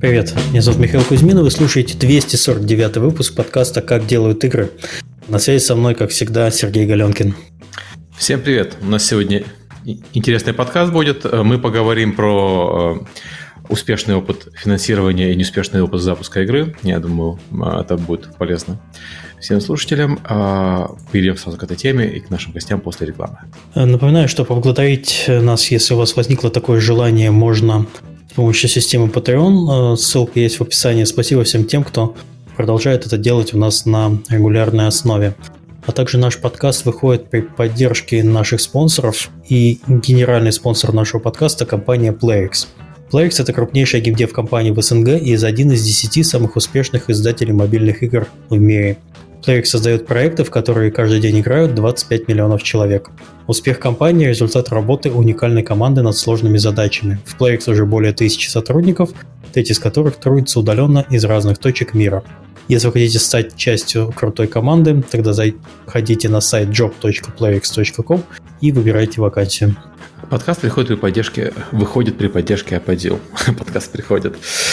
Привет, меня зовут Михаил Кузьмин, и вы слушаете 249 выпуск подкаста «Как делают игры». На связи со мной, как всегда, Сергей Галенкин. Всем привет, у нас сегодня интересный подкаст будет. Мы поговорим про успешный опыт финансирования и неуспешный опыт запуска игры. Я думаю, это будет полезно всем слушателям. Перейдем сразу к этой теме и к нашим гостям после рекламы. Напоминаю, что поблагодарить нас, если у вас возникло такое желание, можно с помощью системы Patreon. Ссылка есть в описании. Спасибо всем тем, кто продолжает это делать у нас на регулярной основе. А также наш подкаст выходит при поддержке наших спонсоров, и генеральный спонсор нашего подкаста – компания PlayX. PlayX – это крупнейшая геймдев-компания в СНГ и один из 10 самых успешных издателей мобильных игр в мире. PlayX создает проекты, в которые каждый день играют 25 миллионов человек. Успех компании – результат работы уникальной команды над сложными задачами. В PlayX уже более 1000 сотрудников, треть из которых трудятся удаленно из разных точек мира. Если вы хотите стать частью крутой команды, тогда заходите на сайт job.playx.com и выбирайте вакансию. Подкаст выходит при поддержке Apodil. Подкаст приходит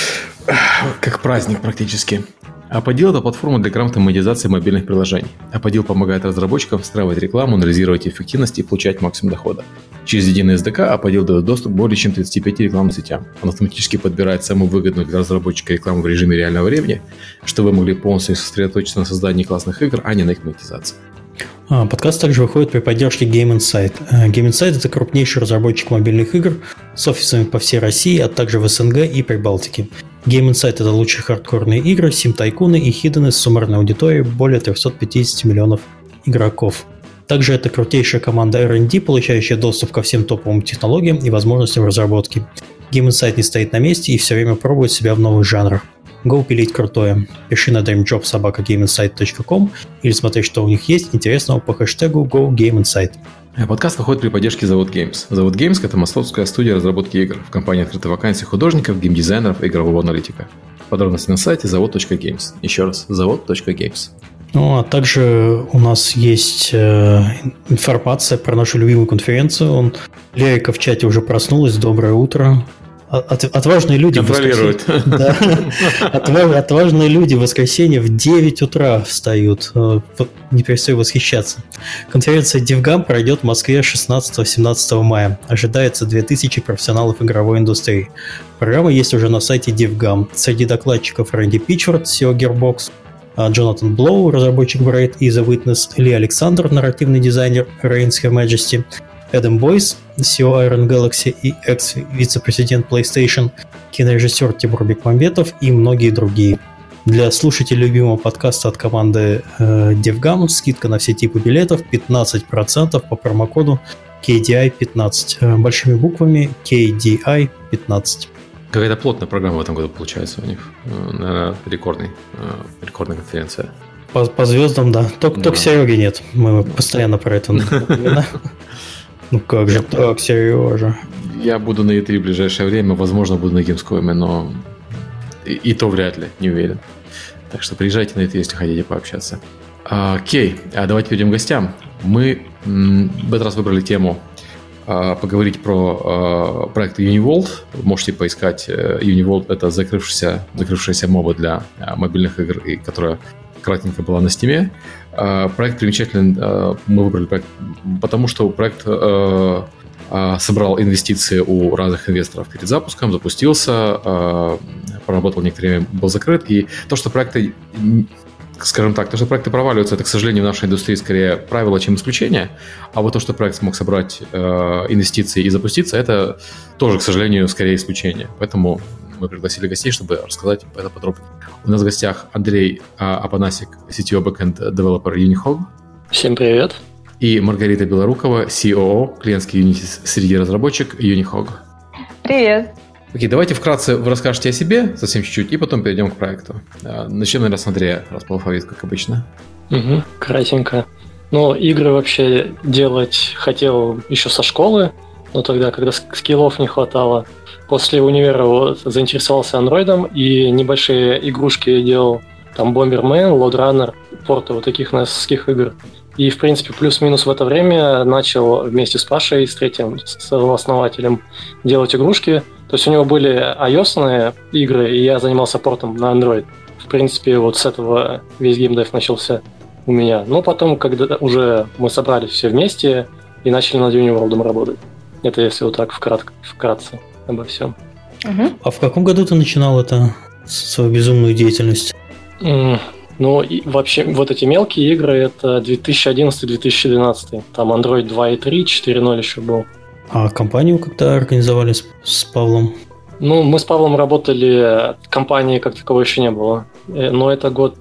как праздник практически. Apodil – это платформа для грамотной монетизации мобильных приложений. Apodil помогает разработчикам встраивать рекламу, анализировать эффективность и получать максимум дохода. Через единый SDK Apodil дает доступ к более чем 35 рекламным сетям. Он автоматически подбирает самую выгодную для разработчика рекламу в режиме реального времени, чтобы вы могли полностью сосредоточиться на создании классных игр, а не на их монетизации. Подкаст также выходит при поддержке Game Insight. Game Insight – это крупнейший разработчик мобильных игр с офисами по всей России, а также в СНГ и Прибалтике. Game Insight – это лучшие хардкорные игры, сим-тайкуны и хидены с суммарной аудиторией более 350 миллионов игроков. Также это крутейшая команда R&D, получающая доступ ко всем топовым технологиям и возможностям разработки. Game Insight не стоит на месте и все время пробует себя в новых жанрах. Go пилить крутое. Пиши на dreamjob@gameinsight.com или смотри, что у них есть интересного по хэштегу GoGameInsight. Подкаст выходит при поддержке Завод Games. Завод Games – это московская студия разработки игр. В компании открыты вакансии художников, геймдизайнеров и игрового аналитика. Подробности на сайте завод.games. Еще раз, завод.games. Ну, а также у нас есть информация про нашу любимую конференцию. Лерика в чате уже проснулась. Доброе утро. Отважные люди отважные люди в воскресенье в 9 утра встают. Не перестаю восхищаться. Конференция DevGam пройдет в Москве 16-17 мая. Ожидается 2000 профессионалов игровой индустрии. Программа есть уже на сайте DevGam. Среди докладчиков Рэнди Питчфорд, SEO Gearbox, Джонатан Блоу, разработчик Braid и The Witness, Ли Александр, нарративный дизайнер Reigns Her Majesty, Эдам Бойс, CEO Iron Galaxy и экс-вице-президент PlayStation, кинорежиссер Тимур Бекмамбетов и многие другие. Для слушателей любимого подкаста от команды DevGam скидка на все типы билетов 15% по промокоду KDI15. Большими буквами KDI15. Какая-то плотная программа в этом году получается у них. Наверное, рекордная конференция. По звездам, да. Только Сереги нет. Мы постоянно про это напоминаем. Ну как же так, Сережа? Я буду на E3 в ближайшее время, возможно, буду на Gamescom, но и то вряд ли, не уверен. Так что приезжайте на E3, если хотите пообщаться. Окей, давайте перейдем к гостям. Мы в этот раз выбрали тему поговорить про проект Uniworld. Можете поискать. Uniworld — это закрывшаяся моба для мобильных игр, которая кратенько была на Steam. Проект примечателен. Мы выбрали проект, потому что проект собрал инвестиции у разных инвесторов перед запуском, запустился, проработал некоторое время, был закрыт. И то, что проекты, скажем так, то, что проекты проваливаются, это, к сожалению, в нашей индустрии скорее правило, чем исключение. А вот то, что проект смог собрать инвестиции и запуститься, это тоже, к сожалению, скорее исключение. Поэтому мы пригласили гостей, чтобы рассказать это подробнее. У нас в гостях Андрей Апанасик, CTO Backend Developer Unihog. Всем привет. И Маргарита Белорукова, COO, клиентский Unity разработчик Unihog. Привет. Окей, давайте вкратце вы расскажете о себе, совсем чуть-чуть, и потом перейдем к проекту. Начнем, наверное, с Андрея, раз по алфавиту, как обычно. Кратенько. Ну, игры вообще делать хотел еще со школы, но тогда, когда скиллов не хватало. После универа заинтересовался андроидом и небольшие игрушки делал. Там Bomberman, Load Runner. порты вот таких NES-ских игр. И, в принципе, плюс-минус в это время начал вместе с Пашей, с третьим основателем, делать игрушки. То есть у него были iOS-ные игры, и я занимался портом на Android. В принципе, вот с этого весь геймдев начался у меня. Но потом, когда уже мы собрались все вместе и начали над Uniworld работать. Это если вот так вкратце обо всем. А в каком году ты начинал свою безумную деятельность? Ну, и вообще, вот эти мелкие игры, это 2011-2012. Там Android 2.3, 4.0 еще был. А компанию когда организовали с Павлом? Ну, мы с Павлом работали, компании как таковой еще не было. Но это год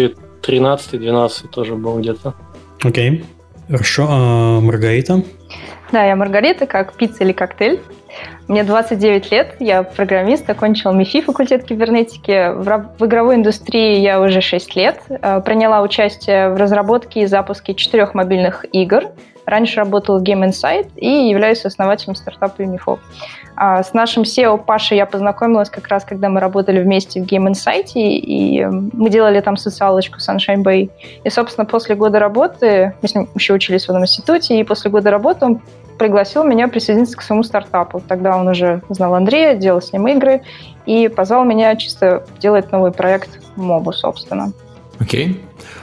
2013-2012 тоже был где-то. Окей. Хорошо. А Маргарита? Да, я Маргарита, как пицца или коктейль. Мне 29 лет, я программист, окончила МИФИ, факультет кибернетики. В игровой индустрии я уже 6 лет. Приняла участие в разработке и запуске 4 мобильных игр. Раньше работала в Game Insight и являюсь основателем стартапа Юмифо. С нашим SEO Пашей я познакомилась как раз, когда мы работали вместе в Game Insight, и мы делали там социалочку Sunshine Bay. И, собственно, после года работы, мы с ним еще учились в одном институте, и после года работы он пригласил меня присоединиться к своему стартапу. Тогда он уже знал Андрея, делал с ним игры, и позвал меня чисто делать новый проект Мобу, собственно. Окей.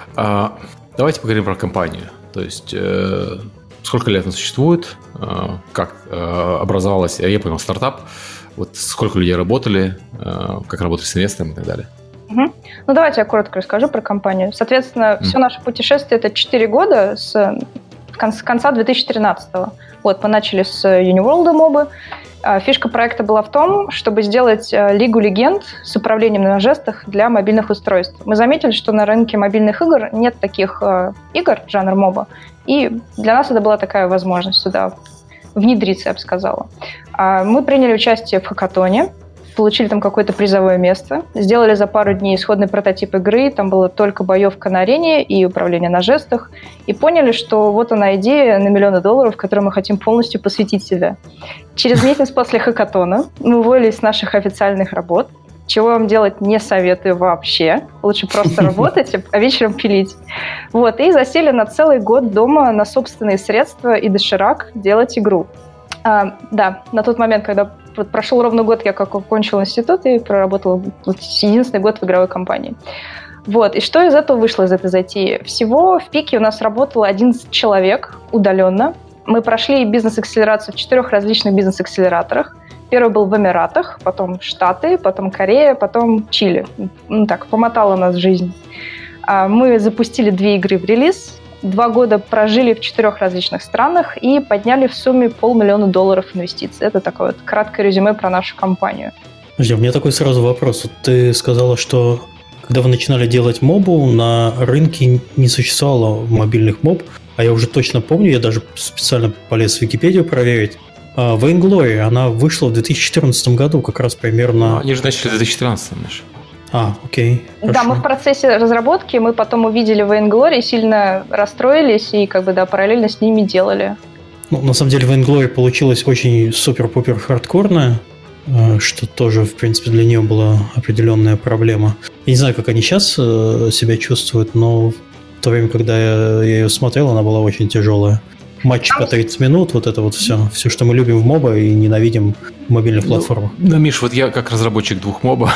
Давайте поговорим про компанию. То есть, сколько лет она существует, как образовалась, я понял, стартап, вот сколько людей работали, как работали с инвестором и так далее. Ну, давайте я коротко расскажу про компанию. Соответственно, все наше путешествие – это 4 года с конца 2013-го. Вот, мы начали с Uniworld мобы. Фишка проекта была в том, чтобы сделать Лигу Легенд с управлением на жестах для мобильных устройств. Мы заметили, что на рынке мобильных игр нет таких игр жанра моба, и для нас это была такая возможность сюда внедриться, я бы сказала. Мы приняли участие в хакатоне, получили там какое-то призовое место, сделали за пару дней исходный прототип игры, там была только боевка на арене и управление на жестах, и поняли, что вот она идея на $1 миллион, которой мы хотим полностью посвятить себя. Через месяц после хакатона мы уволились с наших официальных работ, чего вам делать не советую вообще. Лучше просто работать, а вечером пилить. Вот, и засели на целый год дома на собственные средства и доширак делать игру. Да, на тот момент, когда прошел ровно год, я как окончила институт и проработала единственный год в игровой компании. Вот, и что из этого вышло, из этой затеи? Всего в пике у нас работало 11 человек удаленно. Мы прошли бизнес-акселерацию в 4 различных бизнес-акселераторах. Первый был в Эмиратах, потом Штаты, потом Корея, потом Чили. Ну так, помотала нас жизнь. Мы запустили 2 игры в релиз, 2 года прожили в 4 различных странах и подняли в сумме $500 000 инвестиций. Это такое вот краткое резюме про нашу компанию. Подожди, у меня такой сразу вопрос. Вот ты сказала, что когда вы начинали делать мобу, на рынке не существовало мобильных моб, а я уже точно помню, я даже специально полез в Википедию проверить. Vainglory, она вышла в 2014 году, как раз примерно... Они же начали в 2013, Миш. Окей. Да, Хорошо. мы в процессе разработки, мы потом увидели Vainglory, сильно расстроились и параллельно с ними делали. Ну, на самом деле, Vainglory получилась очень супер-пупер хардкорная, что тоже, в принципе, для нее была определенная проблема. Я не знаю, как они сейчас себя чувствуют, но в то время, когда я ее смотрел, она была очень тяжелая. Матчи по 30 минут, вот это вот все. Все, что мы любим в моба и ненавидим в мобильных платформах. Да, Миш, вот я как разработчик 2 моба,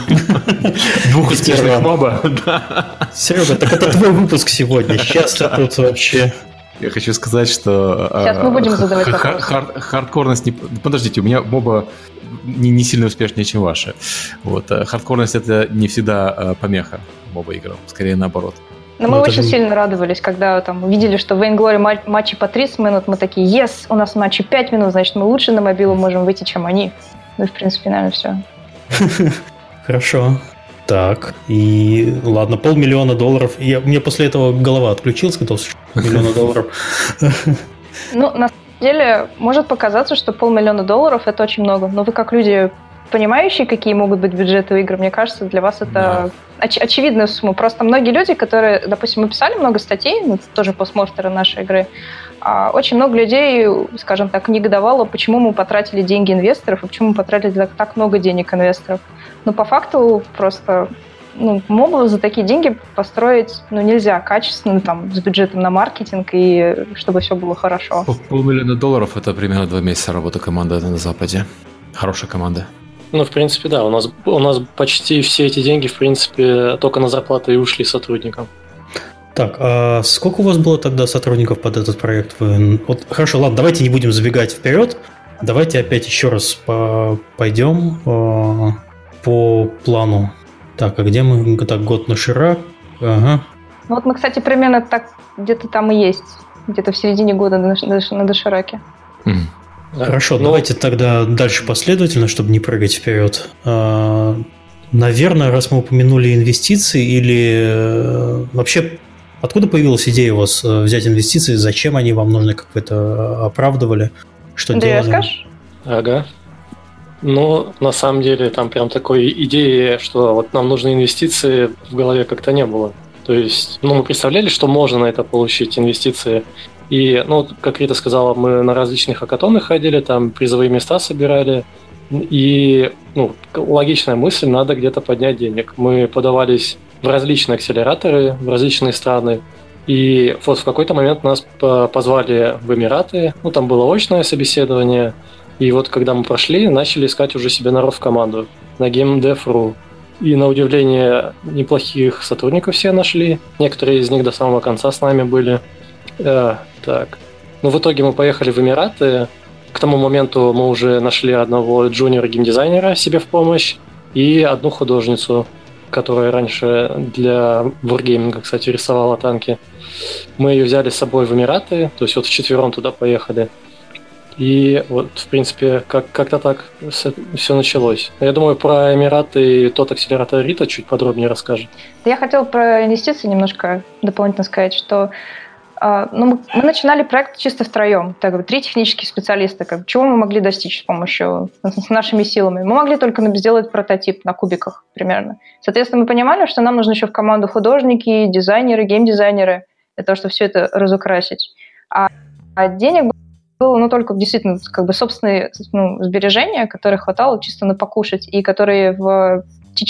2 успешных моба. Серега, так это твой выпуск сегодня. Сейчас тут вообще... Я хочу сказать, что... Сейчас мы будем задавать вопросы. Хардкорность... Подождите, у меня моба не сильно успешнее, чем ваши. Вот. Хардкорность — это не всегда помеха моба играм, скорее наоборот. Но мы очень сильно радовались, когда там увидели, что в Vainglory матчи по 30 минут, мы такие, yes, у нас матчи 5 минут, значит, мы лучше на мобилу можем выйти, чем они. Ну и, в принципе, наверное, все. Хорошо. Так, и ладно, $500 000. У меня после этого голова отключилась, когда услышал $1 000 Ну, на самом деле, может показаться, что $500 000 это очень много, но вы как люди, понимающие, какие могут быть бюджеты у игр, мне кажется, для вас это очевидная сумма. Просто многие люди, которые, допустим, мы писали много статей, тоже постмортеры нашей игры, очень много людей, скажем так, негодовало, почему мы потратили деньги инвесторов и почему мы потратили так много денег инвесторов. Но по факту просто мобы за такие деньги построить нельзя качественно, там, с бюджетом на маркетинг и чтобы все было хорошо. $500 000 – это примерно 2 месяца работы команды на Западе. Хорошая команда. В принципе, да. У нас почти все эти деньги, в принципе, только на зарплаты и ушли сотрудникам. Так, а сколько у вас было тогда сотрудников под этот проект? Вот, хорошо, ладно, давайте не будем забегать вперед. Давайте опять еще раз пойдем по плану. Так, а где мы? Так, год на Ширак. Ага. Вот мы, кстати, примерно так где-то там и есть. Где-то в середине года на Дошираке. Хорошо, давайте тогда дальше последовательно, чтобы не прыгать вперед. Наверное, раз мы упомянули инвестиции, или вообще, откуда появилась идея у вас взять инвестиции, зачем они вам нужны, как вы это оправдывали, что делали? Расскажешь? Ага. На самом деле, там прям такой идеи, что вот нам нужны инвестиции, в голове как-то не было. То есть, мы представляли, что можно на это получить инвестиции. И, как Рита сказала, мы на различных хакатонах ходили, там призовые места собирали. И, логичная мысль, надо где-то поднять денег. Мы подавались в различные акселераторы, в различные страны. И вот в какой-то момент нас позвали в Эмираты. Там было очное собеседование. И вот когда мы прошли, начали искать уже себе народ в команду на GameDev.ru. И на удивление неплохих сотрудников все нашли. Некоторые из них до самого конца с нами были. Так. В итоге мы поехали в Эмираты. К тому моменту мы уже нашли одного джуниор-геймдизайнера себе в помощь и одну художницу, которая раньше для Wargaming, кстати, рисовала танки. Мы ее взяли с собой в Эмираты, то есть вот вчетвером туда поехали. И вот, в принципе, как-то так все началось. Я думаю, про Эмираты и тот акселератор Рита чуть подробнее расскажет. Я хотела про инвестиции немножко дополнительно сказать, что мы начинали проект чисто втроем. 3 технических специалиста. Чего мы могли достичь с нашими силами? Мы могли только сделать прототип на кубиках примерно. Соответственно, мы понимали, что нам нужно еще в команду художники, дизайнеры, геймдизайнеры для того, чтобы все это разукрасить. А денег было только действительно собственные сбережения, которых хватало чисто на покушать, и которые к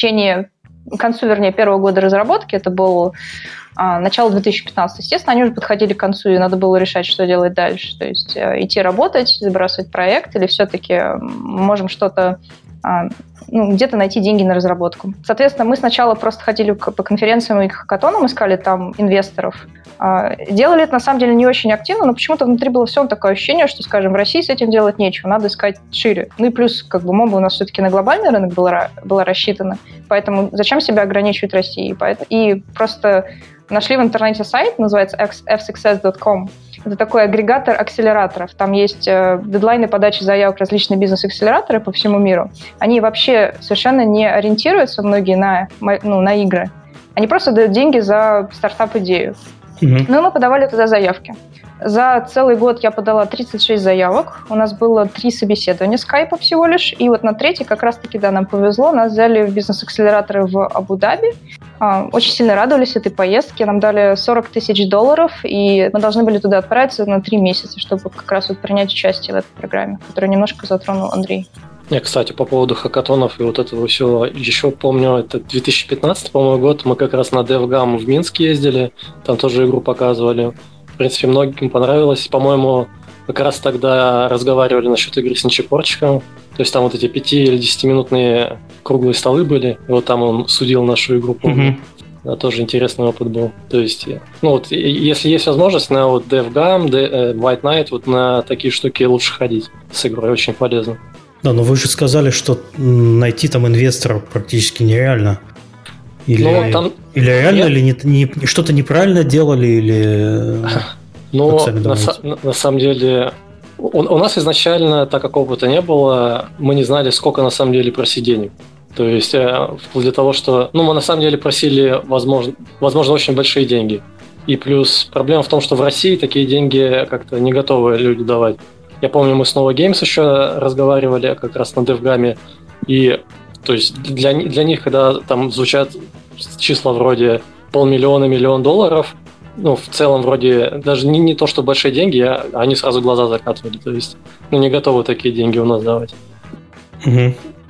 концу первого года разработки, это было начало 2015, естественно, они уже подходили к концу, и надо было решать, что делать дальше. То есть идти работать, забрасывать проект, или все-таки можем что-то, где-то найти деньги на разработку. Соответственно, мы сначала просто ходили по конференциям и хакатонам, искали там инвесторов. Делали это, на самом деле, не очень активно, но почему-то внутри было все такое ощущение, что, скажем, в России с этим делать нечего, надо искать шире. И плюс, моба у нас все-таки на глобальный рынок была рассчитана, поэтому зачем себя ограничивать Россией? И просто нашли в интернете сайт, называется fsuccess.com. Это такой агрегатор акселераторов. Там есть дедлайны подачи заявок в различные бизнес-акселераторы по всему миру. Они вообще совершенно не ориентируются, многие, на игры. Они просто дают деньги за стартап-идею. Мы подавали туда заявки. За целый год я подала 36 заявок. У нас было 3 собеседования скайпа всего лишь. И вот на третий как раз-таки, нам повезло. Нас взяли в бизнес-акселераторы в Абу-Даби. Очень сильно радовались этой поездке. Нам дали $40 000, и мы должны были туда отправиться на 3 месяца, чтобы как раз принять участие в этой программе, которую немножко затронул Андрей. Я, кстати, по поводу хакатонов и вот этого всего, еще помню, это 2015, по-моему, год, мы как раз на DevGam в Минск ездили, там тоже игру показывали. В принципе, многим понравилось. По-моему, как раз тогда разговаривали насчет игры с Ничипорчиком. То есть там вот эти 5 или 10-минутные круглые столы были, и вот там он судил нашу игру, помню. Да, тоже интересный опыт был. То есть, если есть возможность на DevGam, White Knight, вот на такие штуки лучше ходить с игрой, очень полезно. Да, но вы же сказали, что найти там инвестора практически нереально. Или реально, или что-то неправильно делали, или... На самом деле, у нас изначально, так как опыта не было, мы не знали, сколько на самом деле просить денег. То есть, вплоть до того, что... мы на самом деле просили, возможно, очень большие деньги. И плюс проблема в том, что в России такие деньги как-то не готовы люди давать. Я помню, мы с Nova Games еще разговаривали как раз на DevGam, и то есть для них, когда там звучат числа вроде $500 000, $1 миллион, в целом вроде даже не то, что большие деньги, они сразу глаза закатывали, то есть не готовы такие деньги у нас давать.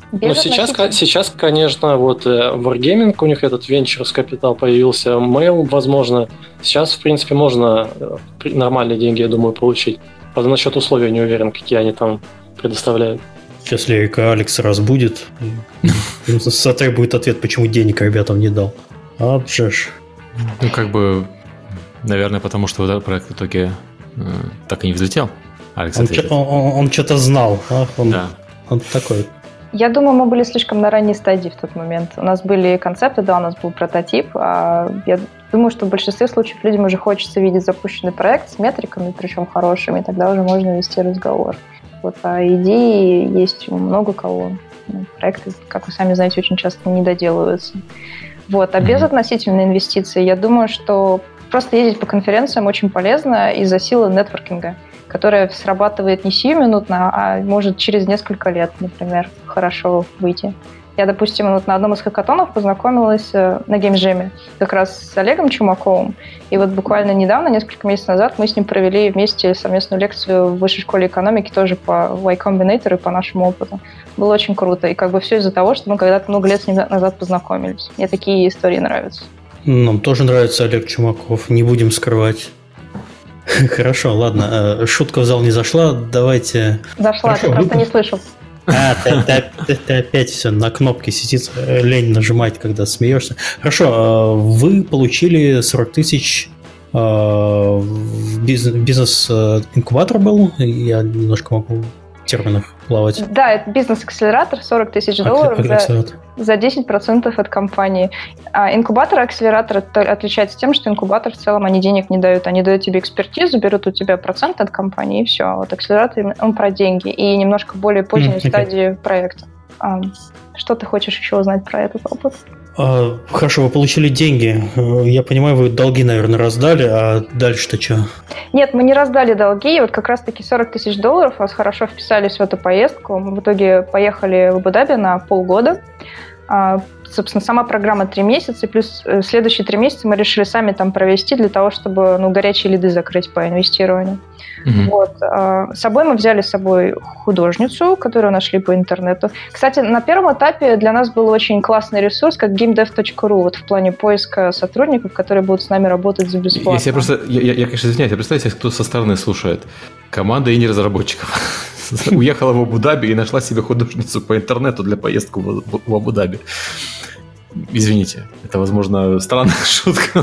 Ну, сейчас, конечно, вот Wargaming, у них этот Ventures Capital появился, Mail, возможно. Сейчас, в принципе, можно нормальные деньги, я думаю, получить. Правда, насчет условий не уверен, какие они там предоставляют. Если Эрика Алекс разбудит, затребует ответ, почему денег ребятам не дал. Обжешь. Ну, как бы, наверное, потому что этот проект в итоге так и не взлетел. Алекс он что-то знал. Он такой. Я думаю, мы были слишком на ранней стадии в тот момент. У нас были концепты, да, у нас был прототип. Я думаю, что в большинстве случаев людям уже хочется видеть запущенный проект с метриками, причем хорошими, и тогда уже можно вести разговор. Вот, а идеи есть у много кого. Проекты, как вы сами знаете, очень часто не доделываются. Вот, а без относительной инвестиции, я думаю, что просто ездить по конференциям очень полезно из-за силы нетворкинга, которая срабатывает не сиюминутно, а может через несколько лет, например, хорошо выйти. Я, допустим, на одном из хакатонов познакомилась на геймджеме как раз с Олегом Чумаковым. И вот буквально недавно, несколько месяцев назад, мы с ним провели вместе совместную лекцию в Высшей школе экономики тоже по Y Combinator и по нашему опыту. Было очень круто. И как бы все из-за того, что мы когда-то много лет с ним назад познакомились. Мне такие истории нравятся. Нам тоже нравится Олег Чумаков, не будем скрывать. Хорошо, ладно. Шутка в зал не зашла, давайте... Зашла, ты просто не слышал. Ты опять все на кнопке сидит, лень нажимать, когда смеешься. Хорошо, вы получили 40 тысяч, бизнес-инкубатор был, я немножко могу в терминах плавать. Да, это бизнес-акселератор, 40 тысяч долларов за 10% от компании. А инкубатор-акселератор отличается тем, что инкубатор в целом они денег не дают. Они дают тебе экспертизу, берут у тебя процент от компании, и все. Вот акселератор, он про деньги и немножко более позднюю стадию проекта. Что ты хочешь еще узнать про этот опыт? Хорошо, вы получили деньги. Я понимаю, вы долги, наверное, раздали, а дальше-то что? Нет, мы не раздали долги. Вот как раз-таки 40 тысяч долларов у нас хорошо вписались в эту поездку. Мы в итоге поехали в Абу-Даби на полгода. Собственно, сама программа 3 месяца, плюс следующие 3 месяца мы решили сами там провести для того, чтобы горячие лиды закрыть по инвестированию. Вот. С собой мы взяли с собой художницу, которую нашли по интернету. Кстати, на первом этапе для нас был очень классный ресурс, как gamedev.ru, вот в плане поиска сотрудников, которые будут с нами работать за бесплатно. Если я, конечно, извиняюсь, представьте, кто со стороны слушает. Команда инди-разработчиков уехала в Абу-Даби и нашла себе художницу по интернету для поездки в Абу-Даби. Извините, это, возможно, странная шутка.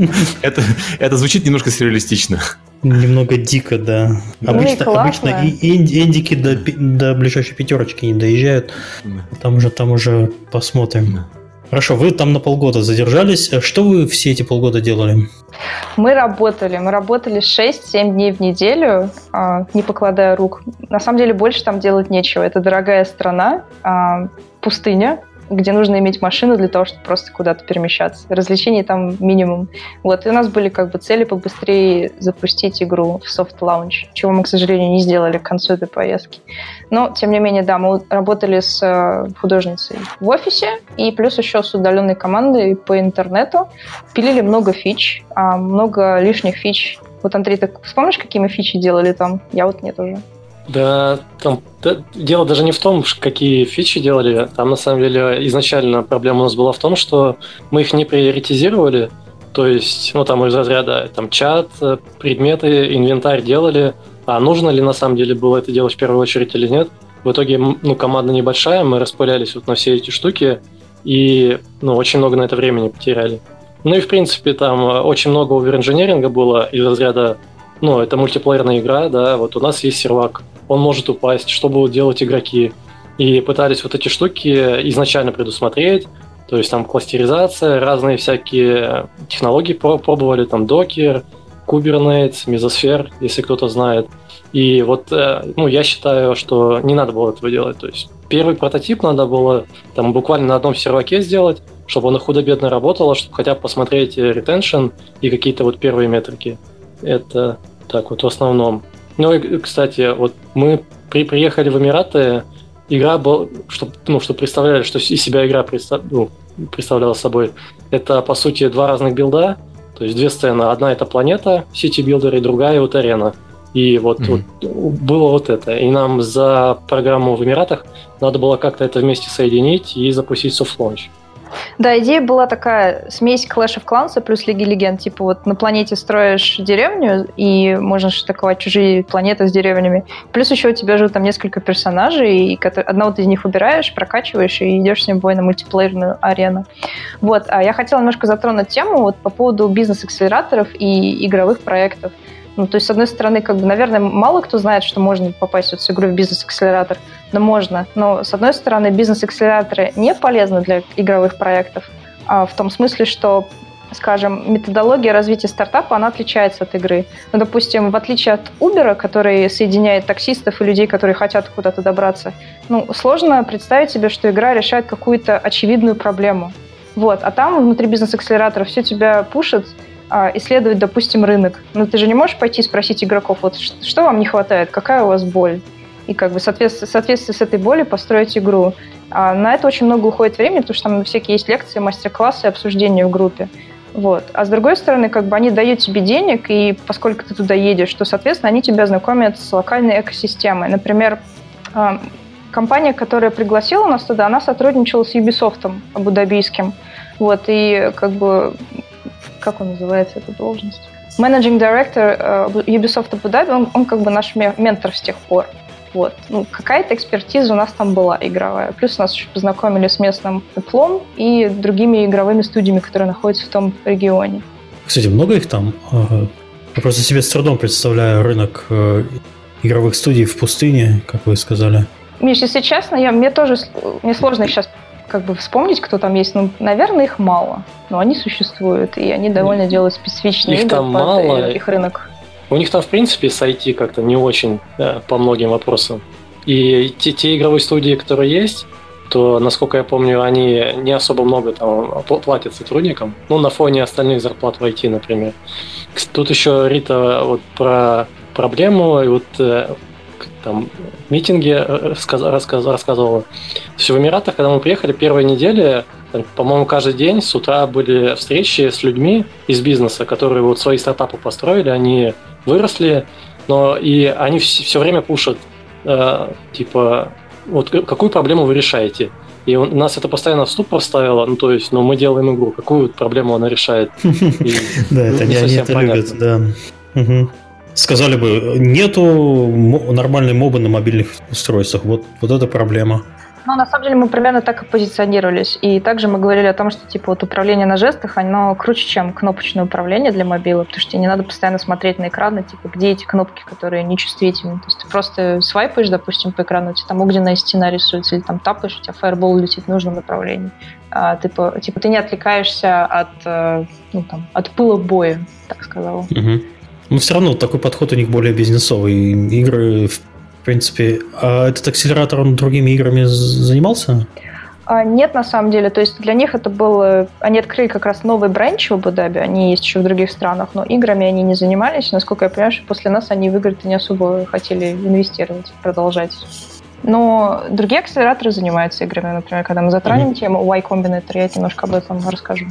Это звучит немножко сюрреалистично. Немного дико, да. Обычно индики до ближайшей пятерочки не доезжают. Там уже посмотрим. Хорошо, вы там на полгода задержались. Что вы все эти полгода делали? Мы работали 6-7 дней в неделю, не покладая рук. На самом деле больше там делать нечего. Это дорогая страна, пустыня, где нужно иметь машину для того, чтобы просто куда-то перемещаться. Развлечений там минимум. Вот. И у нас были цели побыстрее запустить игру в soft launch, чего мы, к сожалению, не сделали к концу этой поездки. Но, тем не менее, да, мы работали с художницей в офисе и плюс еще с удаленной командой по интернету. Пилили много фич, много лишних фич. Вот, Андрей, ты вспомнишь, какие мы фичи делали там? Я вот нет уже. Да, дело даже не в том, какие фичи делали. Там, на самом деле, изначально проблема у нас была в том, что мы их не приоритизировали. То есть, там из разряда чат, предметы, инвентарь делали. А нужно ли на самом деле было это делать в первую очередь или нет? В итоге, команда небольшая, мы распылялись на все эти штуки и, очень много на это времени потеряли. Ну и, в принципе, там очень много оверинжиниринга было из разряда, это мультиплеерная игра, да, вот у нас есть сервак, он может упасть, что будут делать игроки. И пытались вот эти штуки изначально предусмотреть, то есть там кластеризация, разные всякие технологии пробовали, там Docker, Kubernetes, Mesosphere, если кто-то знает. И вот, я считаю, что не надо было этого делать. То есть первый прототип надо было там буквально на одном серваке сделать, чтобы он худо-бедно работало, чтобы хотя бы посмотреть retention и какие-то первые метрики. Это так вот в основном. Ну и, кстати, вот мы приехали в Эмираты, игра была, чтобы представляли, что из себя игра представляла собой. Это, по сути, 2 разных билда, то есть 2 сцены. Одна — это планета, City Builder, и другая — арена. И вот было вот это. И нам за программу в Эмиратах надо было как-то это вместе соединить и запустить софт-лонч. Да, идея была такая, смесь Clash of Clans плюс Лиги Легенд. Типа вот на планете строишь деревню, и можно атаковать чужие планеты с деревнями. Плюс еще у тебя живут там несколько персонажей, и одного ты из них выбираешь, прокачиваешь и идешь с ним в бой на мультиплеерную арену. Вот, а я хотела немножко затронуть тему вот по поводу бизнес-акселераторов и игровых проектов. Ну, то есть, с одной стороны, как бы, наверное, мало кто знает, что можно попасть вот с игрой в бизнес-акселератор, но можно. Но, с одной стороны, бизнес-акселераторы не полезны для игровых проектов, в том смысле, что, скажем, методология развития стартапа, она отличается от игры. Ну, допустим, в отличие от Uber, который соединяет таксистов и людей, которые хотят куда-то добраться, ну, сложно представить себе, что игра решает какую-то очевидную проблему. Вот. А там, внутри бизнес-акселератора, все тебя пушит, исследовать, допустим, рынок. Но ты же не можешь пойти спросить игроков, вот что вам не хватает, какая у вас боль? И как бы в соответствии с этой болью построить игру. А на это очень много уходит времени, потому что там всякие есть лекции, мастер-классы, обсуждения в группе. Вот. А с другой стороны, как бы они дают тебе денег, и поскольку ты туда едешь, то, соответственно, они тебя знакомят с локальной экосистемой. Например, компания, которая пригласила нас туда, она сотрудничала с Ubisoft абу-дабийским. Вот, и как бы как он называется, эта должность? Managing Director Ubisoft Abu Dhabi, он как бы наш ментор с тех пор. Вот. Ну, какая-то экспертиза у нас там была игровая. Плюс нас еще познакомили с местным Apple и другими игровыми студиями, которые находятся в том регионе. Кстати, много их там? Я просто себе с трудом представляю рынок игровых студий в пустыне, как вы сказали. Миш, если честно, мне сложно сейчас как бы вспомнить, кто там есть. Ну, наверное, их мало. Но они существуют, и они довольно делают специфичные игры под мало. Их рынок. У них там, в принципе, с IT как-то не очень по многим вопросам. И те игровые студии, которые есть, то, насколько я помню, они не особо много там платят сотрудникам. Ну, на фоне остальных зарплат в IT, например. Тут еще Рита вот про проблему, и вот там в митинге рассказывала. То есть в Эмиратах, когда мы приехали, первые недели, по-моему, каждый день с утра были встречи с людьми из бизнеса, которые вот свои стартапы построили, они выросли, но и они все время пушат, типа, вот какую проблему вы решаете? И нас это постоянно в ступор ставило, ну, то есть, мы делаем игру, какую проблему она решает? Да, это они это любят, да. Сказали бы, нету нормальной мобы на мобильных устройствах. Вот это проблема. Ну, на самом деле, мы примерно так и позиционировались. И также мы говорили о том, что типа вот управление на жестах, оно круче, чем кнопочное управление для мобила, потому что тебе не надо постоянно смотреть на экраны, типа, где эти кнопки, которые нечувствительны. То есть ты просто свайпаешь, допустим, по экрану, у тебя там огненная стена рисуется, или там тапаешь, у тебя фаербол летит в нужном направлении. Типа ты не отвлекаешься от пыла боя, так сказала. Но все равно такой подход у них более бизнесовый. Игры, в принципе... А этот акселератор, он другими играми занимался? Нет, на самом деле. То есть для них это было... Они открыли как раз новый бренч в Абу-Даби, они есть еще в других странах, но играми они не занимались. Насколько я понимаю, что после нас они в игры-то не особо хотели инвестировать, продолжать. Но другие акселераторы занимаются играми. Например, когда мы затронем тему Y Combinator, я немножко об этом расскажу.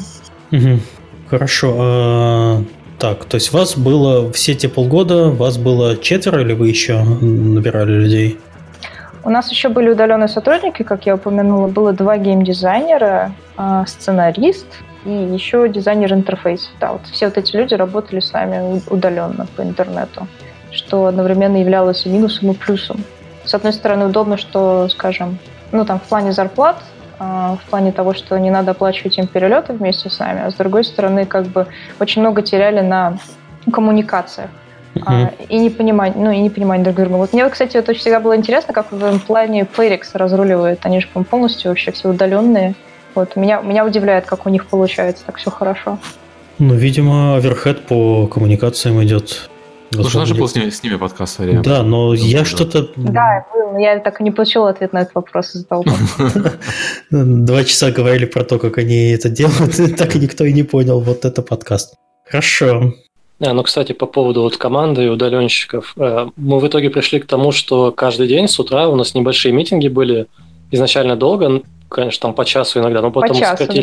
Хорошо. Так, то есть вас было все те полгода, вас было 4 или вы еще набирали людей? У нас еще были удаленные сотрудники, как я упомянула, было 2 геймдизайнера, сценарист и еще дизайнер интерфейса. Да, вот все вот эти люди работали с нами удаленно по интернету, что одновременно являлось и минусом, и плюсом. С одной стороны, удобно, что, скажем, в плане зарплат, в плане того, что не надо оплачивать им перелеты вместе с нами, а с другой стороны, как бы очень много теряли на коммуникациях и непонимании друг друга. Вот мне, кстати, это всегда было интересно, как в плане Playrix разруливают. Они же, по-моему, полностью вообще все удаленные. Вот меня удивляет, как у них получается так все хорошо. Видимо, оверхед по коммуникациям идет. Слушай, у нас же был с ними подкаст. Да, но я что-то... Да, я так и не получила ответ на этот вопрос из-за того. 2 часа говорили про то, как они это делают, так и никто и не понял. Вот это подкаст. Хорошо. Кстати, по поводу команды и удаленщиков. Мы в итоге пришли к тому, что каждый день с утра у нас небольшие митинги были. Изначально долго, конечно, там по часу иногда, но потом сократили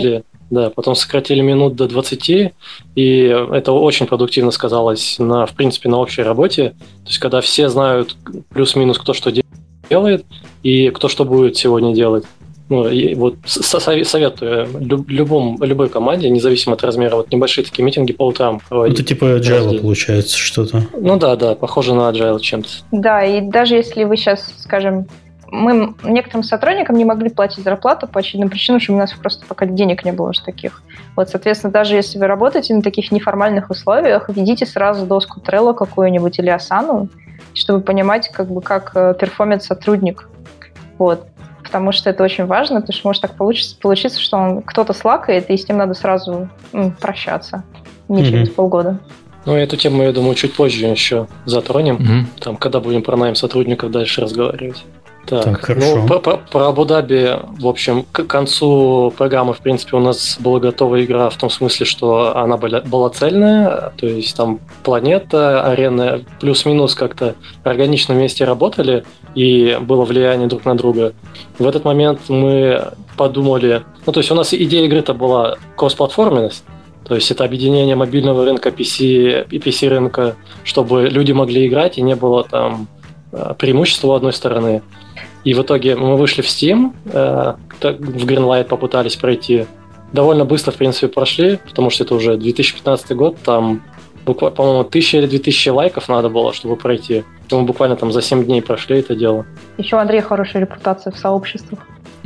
Да, потом сократили минут до 20, и это очень продуктивно сказалось, в принципе, на общей работе. То есть, когда все знают плюс-минус, кто что делает, и кто что будет сегодня делать. Ну, и вот советую любой команде, независимо от размера, вот небольшие такие митинги по утрам проводить. Это типа agile получается что-то. Ну да, похоже на agile чем-то. Да, и даже если вы сейчас, скажем, мы некоторым сотрудникам не могли платить зарплату по очевидным причинам, что у нас просто пока денег не было уж таких. Вот, соответственно, даже если вы работаете на таких неформальных условиях, введите сразу доску Trello какую-нибудь или Asana, чтобы понимать, как перформит сотрудник. Вот. Потому что это очень важно, потому что может так получиться, что кто-то слакает, и с ним надо сразу прощаться, не через полгода. Ну, эту тему, я думаю, чуть позже еще затронем, там, когда будем про найм сотрудников дальше разговаривать. Так, хорошо. Ну, про Абу-Даби, в общем, к концу программы, в принципе, у нас была готова игра в том смысле, что она была цельная, то есть там планета, арена, плюс-минус как-то органично вместе работали, и было влияние друг на друга. В этот момент мы подумали, ну, то есть у нас идея игры-то была кроссплатформенность, то есть это объединение мобильного рынка PC и PC-рынка, чтобы люди могли играть, и не было там преимущества одной стороны. И в итоге мы вышли в Steam, в Greenlight попытались пройти. Довольно быстро, в принципе, прошли, потому что это уже 2015 год, там, по-моему, 1000 или 2000 лайков надо было, чтобы пройти. Мы буквально там за 7 дней прошли это дело. Еще у Андрея хорошая репутация в сообществах.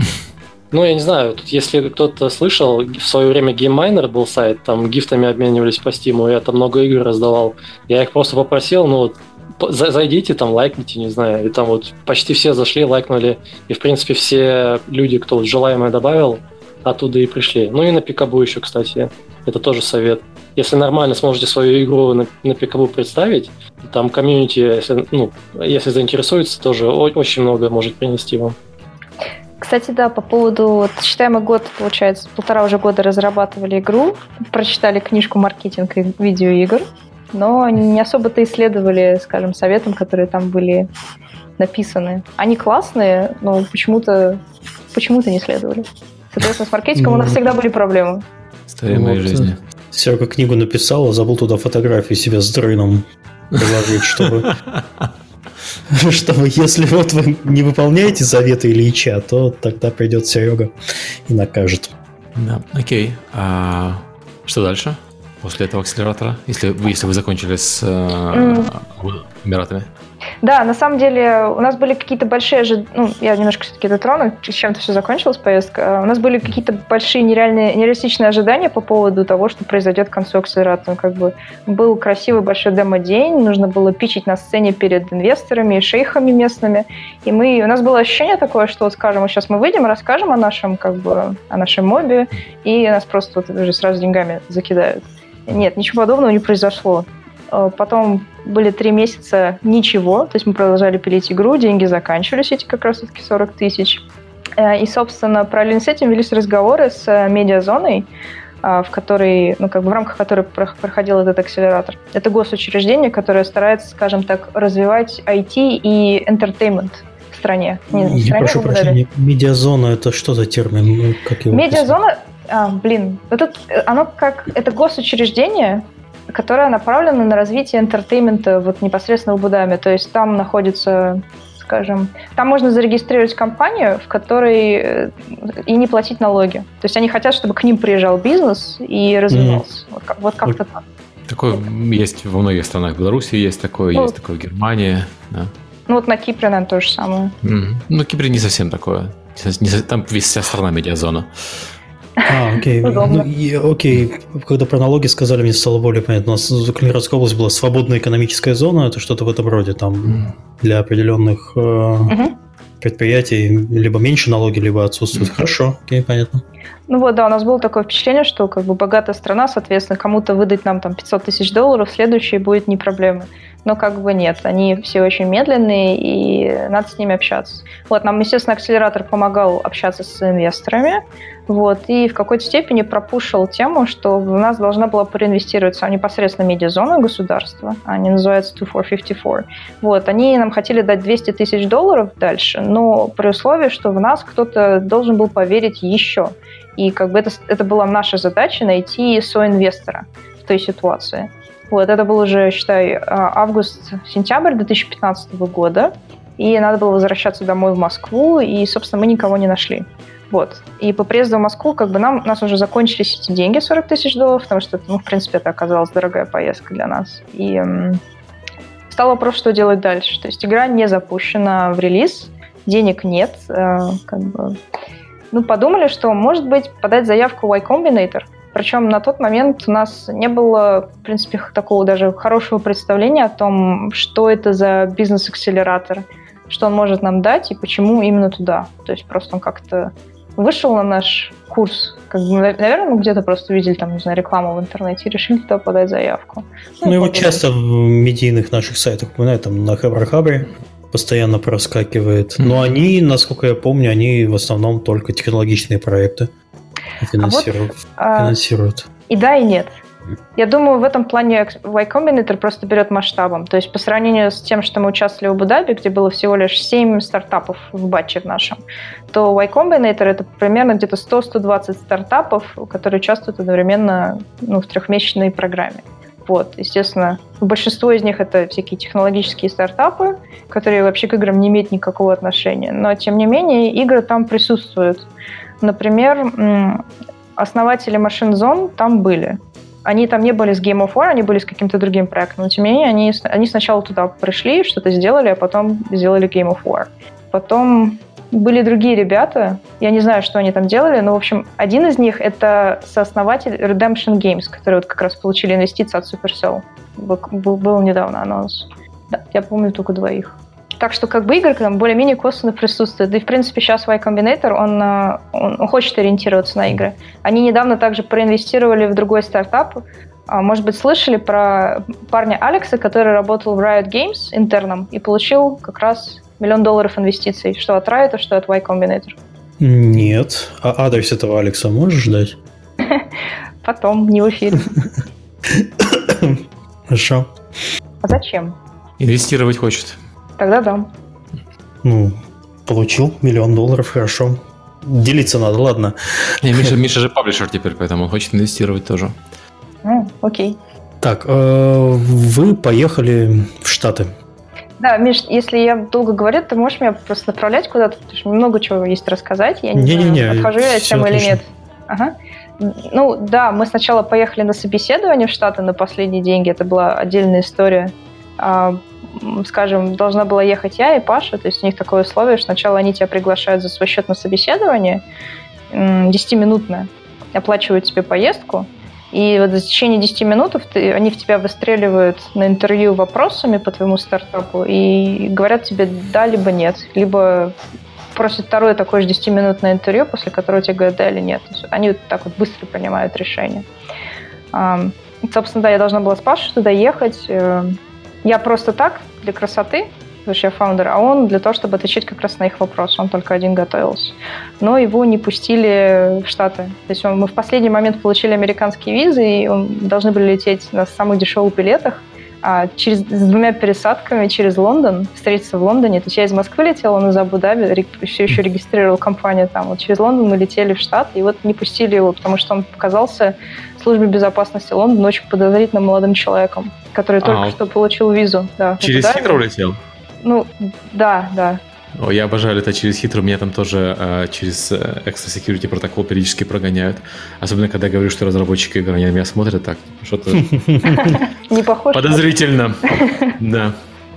Ну, я не знаю, тут если кто-то слышал, в свое время GameMiner был сайт, там гифтами обменивались по Steam, я там много игр раздавал. Я их просто попросил, зайдите, там, лайкните, не знаю, и там вот почти все зашли, лайкнули, и, в принципе, все люди, кто вот желаемое добавил, оттуда и пришли. Ну и на Пикабу еще, кстати, это тоже совет. Если нормально сможете свою игру на Пикабу представить, там комьюнити, если заинтересуется, тоже очень много может принести вам. Кстати, да, по поводу, считаем, год, получается, 1,5 уже года разрабатывали игру, прочитали книжку «Маркетинг и видеоигр», но не особо-то исследовали, скажем, советам, которые там были написаны. Они классные, но почему-то не исследовали. Соответственно, с маркетингом у нас всегда были проблемы. История моей жизни. Серега книгу написал, а забыл туда фотографии себя с дрыном приложить, чтобы если вот вы не выполняете заветы Ильича, то тогда придет Серега и накажет. Да, окей. А что дальше? После этого акселератора, если вы закончили с Эмиратами? Да, на самом деле у нас были какие-то большие я немножко все-таки дотрону, чем-то все закончилась поездка. У нас были какие-то большие нереалистичные ожидания по поводу того, что произойдет к концу акселератора. Был красивый большой демо-день, нужно было питчить на сцене перед инвесторами и шейхами местными. И у нас было ощущение такое, что, скажем, сейчас мы выйдем, расскажем о нашем мобе, и нас просто уже сразу деньгами закидают. Нет, ничего подобного не произошло. Потом были 3 месяца ничего, то есть мы продолжали пилить игру, деньги заканчивались, эти как раз-таки 40 тысяч. И, собственно, параллельно с этим велись разговоры с медиазоной, в рамках которой проходил этот акселератор. Это госучреждение, которое старается, скажем так, развивать IT и entertainment в стране. Я прошу прощения, медиазона – это что за термин? Медиазона это госучреждение, которое направлено на развитие интертеймента непосредственно в Абу-Даби. То есть там находится, скажем, там можно зарегистрировать компанию, в которой и не платить налоги. То есть они хотят, чтобы к ним приезжал бизнес и развивался. Вот как-то так. Такое есть во многих странах. В Беларуси есть такое, есть такое в Германии. Да. На Кипре, наверное, то же самое. На Кипре не совсем такое. Там вся страна медиазона. Окей. Окей. Когда про налоги сказали, мне стало более понятно. У нас в Калининградской области была свободная экономическая зона, это что-то в этом роде, там для определенных предприятий либо меньше налоги, либо отсутствуют. Хорошо, окей, понятно. У нас было такое впечатление, что богатая страна, соответственно, кому-то выдать нам там $500 тысяч, следующей будет не проблема. но как бы нет, они все очень медленные, и надо с ними общаться. Вот, нам, естественно, акселератор помогал общаться с инвесторами, вот, и в какой-то степени пропушил тему, что в нас должна была проинвестироваться непосредственно медиазона государства, они называются 2454. Вот, они нам хотели дать $200 тысяч дальше, но при условии, что в нас кто-то должен был поверить еще. И как бы это была наша задача найти соинвестора в той ситуации. Вот, это был уже, считай, август-сентябрь 2015 года, и надо было возвращаться домой в Москву, и, собственно, мы никого не нашли. Вот. И по приезду в Москву как бы у нас уже закончились эти деньги, $40 тысяч, потому что, в принципе, это оказалась дорогая поездка для нас. И стал вопрос, что делать дальше. То есть игра не запущена в релиз, денег нет, как бы... подумали, что, может быть, подать заявку в Y Combinator. Причем на тот момент у нас не было, в принципе, такого даже хорошего представления о том, что это за бизнес-акселератор, что он может нам дать и почему именно туда. То есть просто он как-то вышел на наш курс. Наверное, мы где-то просто увидели там, не знаю, рекламу в интернете и решили туда подать заявку. Его часто в медийных наших сайтах упоминают, там на Хабр-Хабре постоянно проскакивает. Но они, насколько я помню, они в основном только технологичные проекты финансируют. И да, и нет. Я думаю, в этом плане Y Combinator просто берет масштабом. То есть по сравнению с тем, что мы участвовали в Абу-Даби, где было всего лишь 7 стартапов в батче в нашем, то Y Combinator — это примерно где-то 100-120 стартапов, которые участвуют одновременно в трехмесячной программе. Вот, естественно, большинство из них это всякие технологические стартапы, которые вообще к играм не имеют никакого отношения. Но, тем не менее, игры там присутствуют. Например, основатели Machine Zone там были. Они там не были с Game of War, они были с каким-то другим проектом. Но, тем не менее, они сначала туда пришли, что-то сделали, а потом сделали Game of War. Потом были другие ребята, я не знаю, что они там делали, но, в общем, один из них — это сооснователь Redemption Games, которые вот как раз получили инвестиции от Supercell. Был недавно анонс. Да, я помню только двоих. Так что как бы игры там более-менее косвенно присутствуют. Да и, в принципе, сейчас Y Combinator, он хочет ориентироваться на игры. Они недавно также проинвестировали в другой стартап. Может быть, слышали про парня Алекса, который работал в Riot Games интерном и получил как раз $1 миллион инвестиций, что от Riot, что от Y Combinator. Нет. А адрес этого Алекса можешь дать? Потом, не в эфире. Хорошо. А зачем? Инвестировать хочет. Тогда дам. Получил $1 миллион, хорошо. Делиться надо, ладно. Не, Миша же паблишер теперь, поэтому он хочет инвестировать тоже. Окей. Так, вы поехали в Штаты. Да, Миш, если я долго говорю, ты можешь меня просто направлять куда-то, потому что много чего есть рассказать. Я не знаю, подхожу я тем или нет. Ага. Да, мы сначала поехали на собеседование в Штаты на последние деньги. Это была отдельная история. Скажем, должна была ехать я и Паша. То есть у них такое условие, что сначала они тебя приглашают за свой счет на собеседование, 10-минутное, оплачивают тебе поездку. И вот в течение 10 минут они в тебя выстреливают на интервью вопросами по твоему стартапу и говорят тебе да, либо нет. Либо просят второе такое же 10-минутное интервью, после которого тебе говорят да или нет. То есть они вот так вот быстро принимают решение. Собственно, да, я должна была с Пашей туда ехать. Я просто так, для красоты, потому что я фаундер, а он для того, чтобы отвечать как раз на их вопросы. Он только один готовился. Но его не пустили в Штаты. То есть мы в последний момент получили американские визы, и должны были лететь на самых дешевых билетах с 2 пересадками через Лондон, встретиться в Лондоне. То есть я из Москвы летела, он из Абу-Даби, все еще регистрировал компанию там. Вот через Лондон мы летели в Штат, и вот не пустили его, потому что он показался службе безопасности Лондона очень подозрительным молодым человеком, который только что получил визу. Да, через Хитроу летел? Да. О, я обожаю летать через Хитроу, меня там тоже через Extra Security протокол периодически прогоняют. Особенно, когда я говорю, что разработчики игры, они на меня смотрят так, что-то не похоже. Подозрительно, да.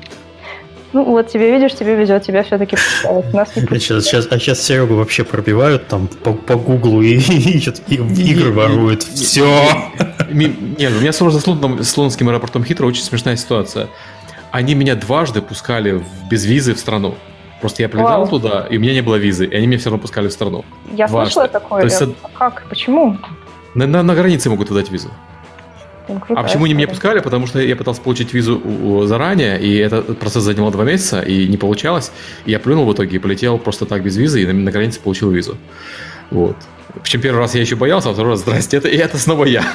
Вот тебе, видишь, тебе везет, тебя все-таки нас не пустят. Сейчас Серегу вообще пробивают там по Гуглу и ищут, и игры воруют. Все. Нет, у меня сложно с лондонским аэропортом Хитроу очень смешная ситуация. Они меня дважды пускали без визы в страну. Просто я прилетал туда, и у меня не было визы, и они меня все равно пускали в страну. Я слышала такое. Как? Почему? На границе могут выдать визу. А почему они меня пускали? Потому что я пытался получить визу заранее, и этот процесс занимал 2 месяца, и не получалось. И я плюнул в итоге и полетел просто так без визы, и на границе получил визу. Вот. Причем первый раз я еще боялся, а второй раз, здрасте, это снова я.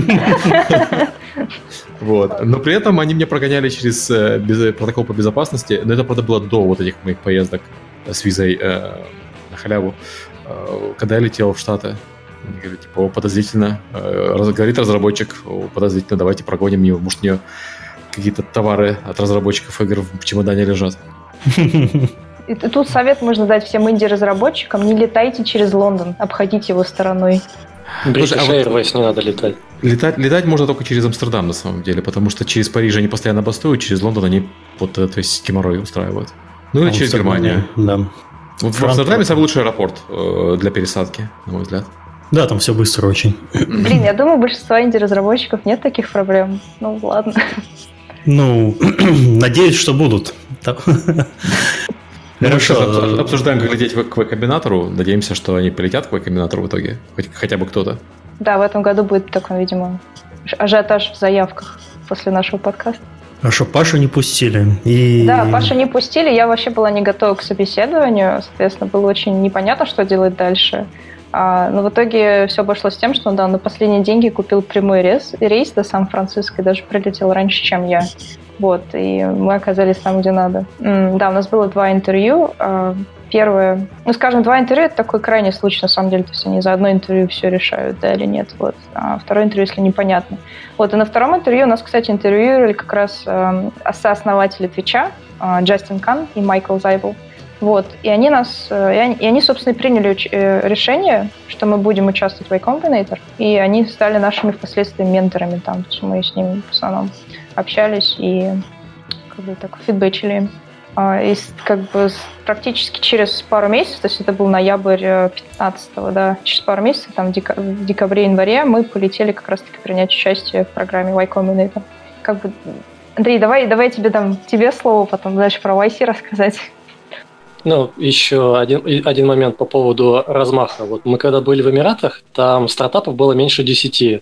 Вот. Но при этом они меня прогоняли через протокол по безопасности. Но это, правда, было до вот этих моих поездок с визой на халяву. Когда я летел в Штаты, они говорят, типа, подозрительно. Говорит разработчик, подозрительно, давайте прогоним его. Может, у нее какие-то товары от разработчиков игр в чемодане лежат. И тут совет можно дать всем инди-разработчикам: не летайте через Лондон, обходите его стороной. British Airways не надо летать. Летать можно только через Амстердам, на самом деле, потому что через Париж они постоянно бастуют, через Лондон они вот этот весь геморрой устраивают. Ну или через Германию. Да. В Амстердаме самый лучший аэропорт для пересадки, на мой взгляд. Да, там все быстро очень. Блин, я думаю, у большинства инди-разработчиков нет таких проблем. Ну, ладно. Ну, надеюсь, что будут. Хорошо. Обсуждаем, как лететь к Y-комбинатору. Надеемся, что они полетят к Y-комбинатору в итоге. Хотя бы кто-то. Да, в этом году будет такой, видимо, ажиотаж в заявках после нашего подкаста. Хорошо, Пашу не пустили. Да, Пашу не пустили. Я вообще была не готова к собеседованию. Соответственно, было очень непонятно, что делать дальше. Но в итоге все обошлось тем, что он на последние деньги купил прямой рейс до Сан-Франциско и даже прилетел раньше, чем я. Вот, и мы оказались там, где надо. Да, у нас было 2 интервью. Первое, 2 интервью — это такой крайний случай, на самом деле, то есть они за одно интервью все решают, да или нет. Вот. А второе интервью, если непонятно. Вот, и на втором интервью у нас, кстати, интервьюировали как раз сооснователи Твича, Джастин Кан и Майкл Зайбл. Вот, и они собственно, приняли решение, что мы будем участвовать в Y Combinator, и они стали нашими впоследствии менторами там, то есть мы с ними в основном общались и так фидбэчили. И практически через пару месяцев, то есть это был ноябрь 15-го, да, через пару месяцев, там в декабре-январе мы полетели как раз-таки принять участие в программе Y Combinator. Андрей, давай тебе слово, потом дальше про YC рассказать. Ну, еще один момент по поводу размаха. Вот мы когда были в Эмиратах, там стартапов было меньше 10.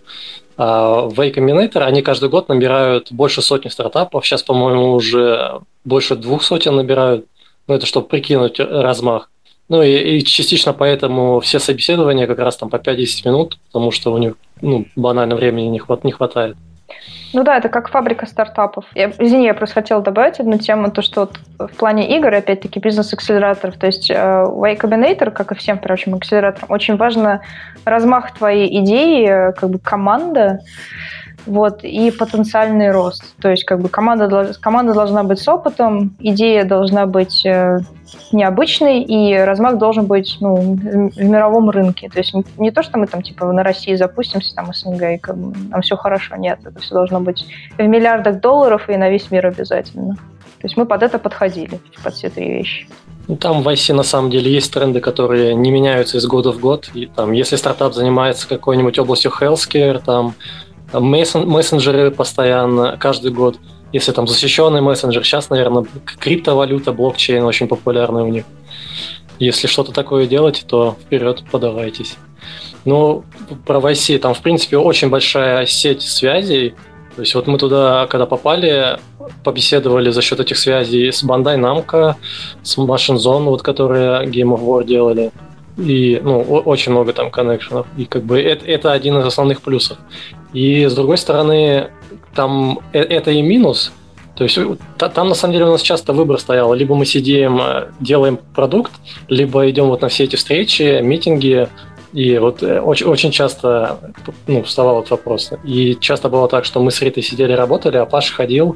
А в Y Combinator они каждый год набирают больше сотни стартапов. Сейчас, по-моему, уже больше 200 набирают. Ну, это чтобы прикинуть размах. Ну, и частично поэтому все собеседования как раз там по 5-10 минут, потому что у них банально времени не хватает. Ну да, это как фабрика стартапов. Я просто хотела добавить одну тему, то, что в плане игр, опять-таки, бизнес-акселераторов, то есть Y Combinator, как и всем, впрочем, акселераторам, очень важно размах твоей идеи, команда, вот, и потенциальный рост. То есть команда должна быть с опытом, идея должна быть необычной, и размах должен быть в мировом рынке. То есть не то, что мы там на России запустимся, там СНГ, и нам все хорошо. Нет, это все должно быть в миллиардах долларов и на весь мир обязательно. То есть мы под это подходили, под все 3 вещи. Там в IC на самом деле есть тренды, которые не меняются из года в год. И там, если стартап занимается какой-нибудь областью healthcare, там мессенджеры постоянно, каждый год. Если там защищенный мессенджер, сейчас, наверное, криптовалюта, блокчейн очень популярный у них. Если что-то такое делать, то вперед подавайтесь. Ну, про YC, там, в принципе, очень большая сеть связей. То есть вот мы туда, когда попали, побеседовали за счет этих связей с Bandai Namco, с Machine Zone, вот, которые Game of War делали. И очень много там коннекшенов. И это один из основных плюсов. И с другой стороны, там это и минус. То есть там на самом деле у нас часто выбор стоял. Либо мы сидим, делаем продукт, либо идем вот на все эти встречи, митинги. И вот очень часто вставал этот вопрос. И часто было так, что мы с Ритой сидели, работали, а Паша ходил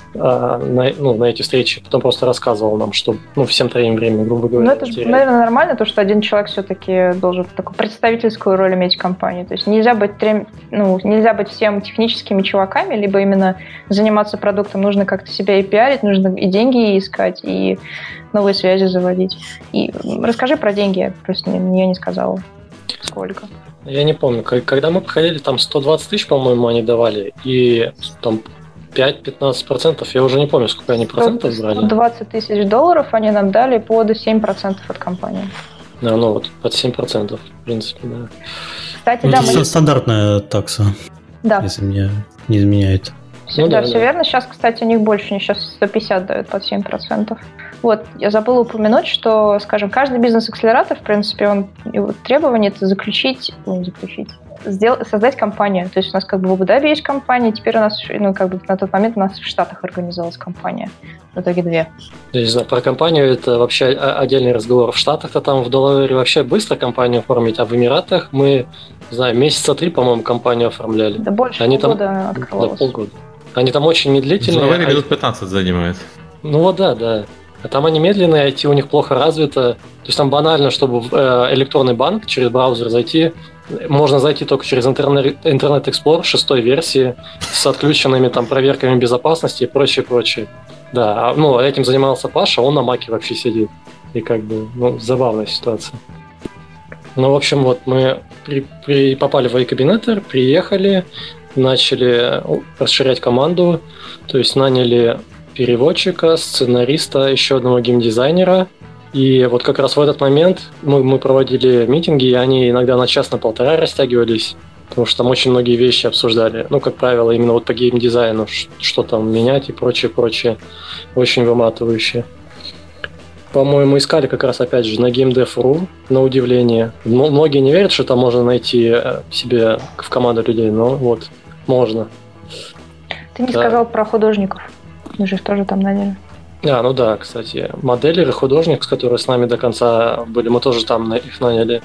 на эти встречи, потом просто рассказывал нам, что всем 3 время, грубо говоря. Ну, это же, наверное, нормально, то, что один человек все-таки должен такую представительскую роль иметь в компании. То есть нельзя быть всем техническими чуваками, либо именно заниматься продуктом. Нужно как-то себя и пиарить, нужно и деньги искать, и новые связи заводить. И расскажи про деньги, просто я не сказала. Сколько? Я не помню. Когда мы приходили, там 120 тысяч, по-моему, они давали, и там 5-15%, я уже не помню, сколько они процентов брали. 120 тысяч долларов они нам дали под 7% от компании. Вот под 7%, в принципе, да. Кстати, да, стандартная такса. Да. Если меня не изменяет. Всегда все верно. Сейчас, кстати, у них больше, они сейчас 150 дают под 7%. Вот, я забыла упомянуть, что, скажем, каждый бизнес-акселератор, в принципе, его требование – это создать компанию. То есть у нас как бы в Абу-Даби есть компания, теперь у нас, на тот момент у нас в Штатах организовалась компания. В итоге 2. Я не знаю, про компанию это вообще отдельный разговор. В Штатах-то там в Делавере вообще быстро компанию оформить, а в Эмиратах мы, не знаю, месяца 3, по-моему, компанию оформляли. Да больше полгода открывалось. Да, полгода. Они там очень медлительные. В Делавере минут 15 занимает. Ну вот да. А там они медленные, IT у них плохо развито. То есть там банально, чтобы в электронный банк через браузер зайти, можно зайти только через Internet Explorer 6 версии с отключенными там проверками безопасности и прочее. Да, этим занимался Паша, он на Маке вообще сидит. И как бы, забавная ситуация. Ну, в общем, вот мы попали в Y-Combinator, приехали, начали расширять команду, то есть наняли переводчика, сценариста, еще одного геймдизайнера. И вот как раз в этот момент мы проводили митинги, и они иногда на час, на полтора растягивались, потому что там очень многие вещи обсуждали. Как правило, именно вот по геймдизайну, что там менять и прочее, очень выматывающее. По-моему, искали как раз, опять же, на GameDev.ru, на удивление. Многие не верят, что там можно найти себе в команду людей, но вот, можно. Ты не сказал про художников. Мы же их тоже там наняли. Кстати. Моделер и художник, с которыми с нами до конца были, мы тоже там их наняли.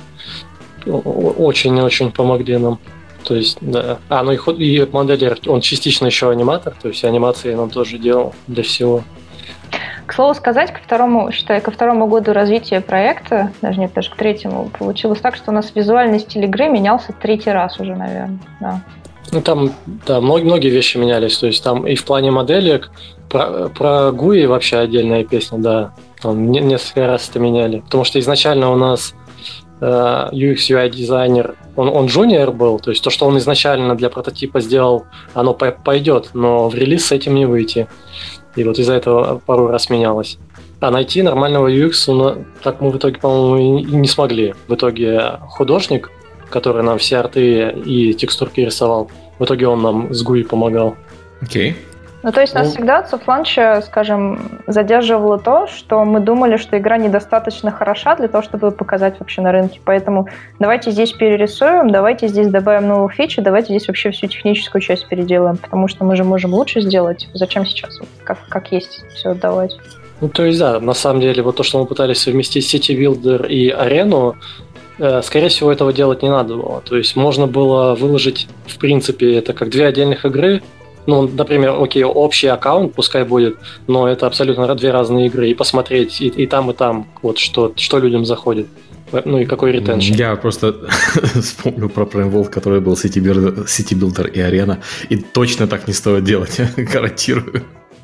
Очень-очень помогли нам. То есть, да. И моделер, он частично еще аниматор, то есть анимации нам тоже делал для всего. К слову сказать, ко второму году развития проекта, даже к третьему, получилось так, что у нас визуальный стиль игры менялся 3-й раз уже, наверное. Да. Там, да, многие вещи менялись. То есть там и в плане моделек, про GUI вообще отдельная песня, да. Там несколько раз это меняли. Потому что изначально у нас UX UI дизайнер, он junior был, то есть то, что он изначально для прототипа сделал, оно пойдет, но в релиз с этим не выйти. И вот из-за этого пару раз менялось. А найти нормального UX так мы в итоге, по-моему, и не смогли. В итоге художник, который нам все арты и текстурки рисовал, в итоге он нам с GUI помогал. Окей. То есть нас всегда от софт-ланча, скажем, задерживало то, что мы думали, что игра недостаточно хороша для того, чтобы показать вообще на рынке. Поэтому давайте здесь перерисуем, давайте здесь добавим новых фич, давайте здесь вообще всю техническую часть переделаем, потому что мы же можем лучше сделать. Зачем сейчас как есть все отдавать? То есть, да, на самом деле, вот то, что мы пытались совместить City Builder и арену, скорее всего, этого делать не надо было. То есть можно было выложить, в принципе, это как 2 отдельных игры. Например, общий аккаунт пускай будет, но это абсолютно 2 разные игры. И посмотреть и там, вот что людям заходит. И какой ретеншн. Я просто вспомнил про Prime который был City Builder и арена. И точно так не стоит делать, гарантирую.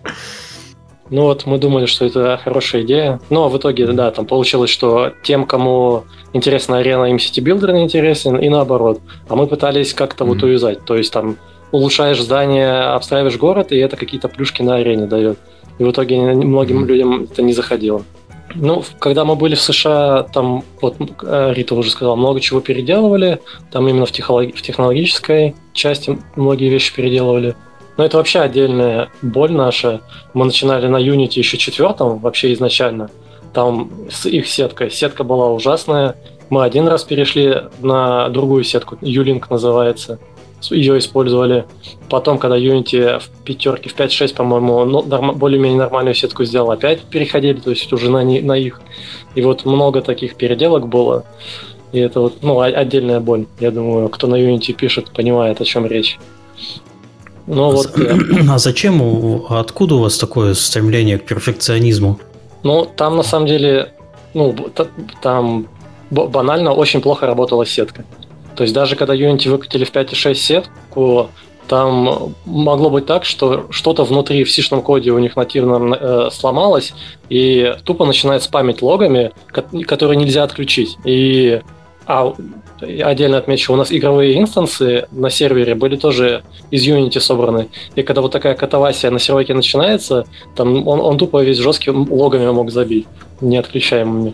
Мы думали, что это хорошая идея. Но в итоге, да, там получилось, что тем, кому интересна арена, им City Builder не интересен, и наоборот. А мы пытались как-то вот увязать. То есть там улучшаешь здание, обстраиваешь город, и это какие-то плюшки на арене дает. И в итоге многим людям это не заходило. Когда мы были в США, там, вот Рита уже сказала, много чего переделывали. Там именно в технологической части многие вещи переделывали. Но это вообще отдельная боль наша. Мы начинали на Unity еще 4-м, вообще изначально. Там с их сеткой. Сетка была ужасная. Мы один раз перешли на другую сетку, U-Link называется. Ее использовали. Потом, когда Unity в 5-6, по-моему, более-менее нормальную сетку сделал, опять переходили, то есть уже на их. И вот много таких переделок было. И это вот, отдельная боль. Я думаю, кто на Unity пишет, понимает, о чем речь. А зачем, откуда у вас такое стремление к перфекционизму? Там на самом деле, там банально очень плохо работала сетка. То есть даже когда Unity выкатили в 5.6 сетку, там могло быть так, что что-то внутри в C-шном коде у них нативно сломалось, и тупо начинает спамить логами, которые нельзя отключить. Отдельно отмечу, у нас игровые инстансы на сервере были тоже из Unity собраны. И когда вот такая катавасия на серваке начинается, там он тупо весь жестким логами мог забить, неотключаемыми.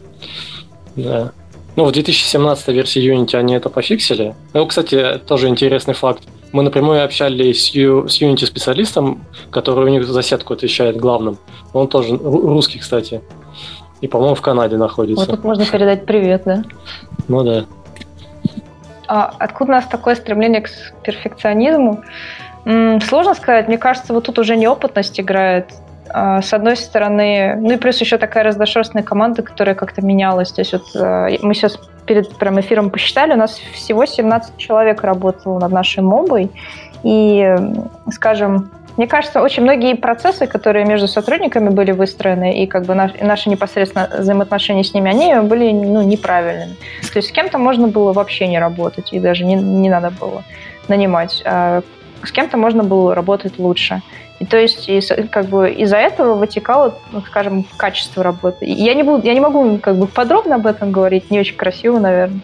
Да. В 2017 версии Unity они это пофиксили. Кстати, тоже интересный факт. Мы напрямую общались с Unity-специалистом, который у них за сетку отвечает главным. Он тоже русский, кстати. И, по-моему, в Канаде находится. Вот тут можно передать привет, да? Ну да. А откуда у нас такое стремление к перфекционизму? Сложно сказать. Мне кажется, вот тут уже неопытность играет. С одной стороны, ну и плюс еще такая разношерстная команда, которая как-то менялась. То есть вот мы сейчас перед прям эфиром посчитали, у нас всего 17 человек работало над нашей мобой. И, скажем, мне кажется, очень многие процессы, которые между сотрудниками были выстроены, и как бы наши непосредственно взаимоотношения с ними, они были неправильными. То есть с кем-то можно было вообще не работать, и даже не надо было нанимать. А с кем-то можно было работать лучше. И то есть как бы из-за этого вытекало, скажем, качество работы. Я не могу как бы подробно об этом говорить, не очень красиво, наверное.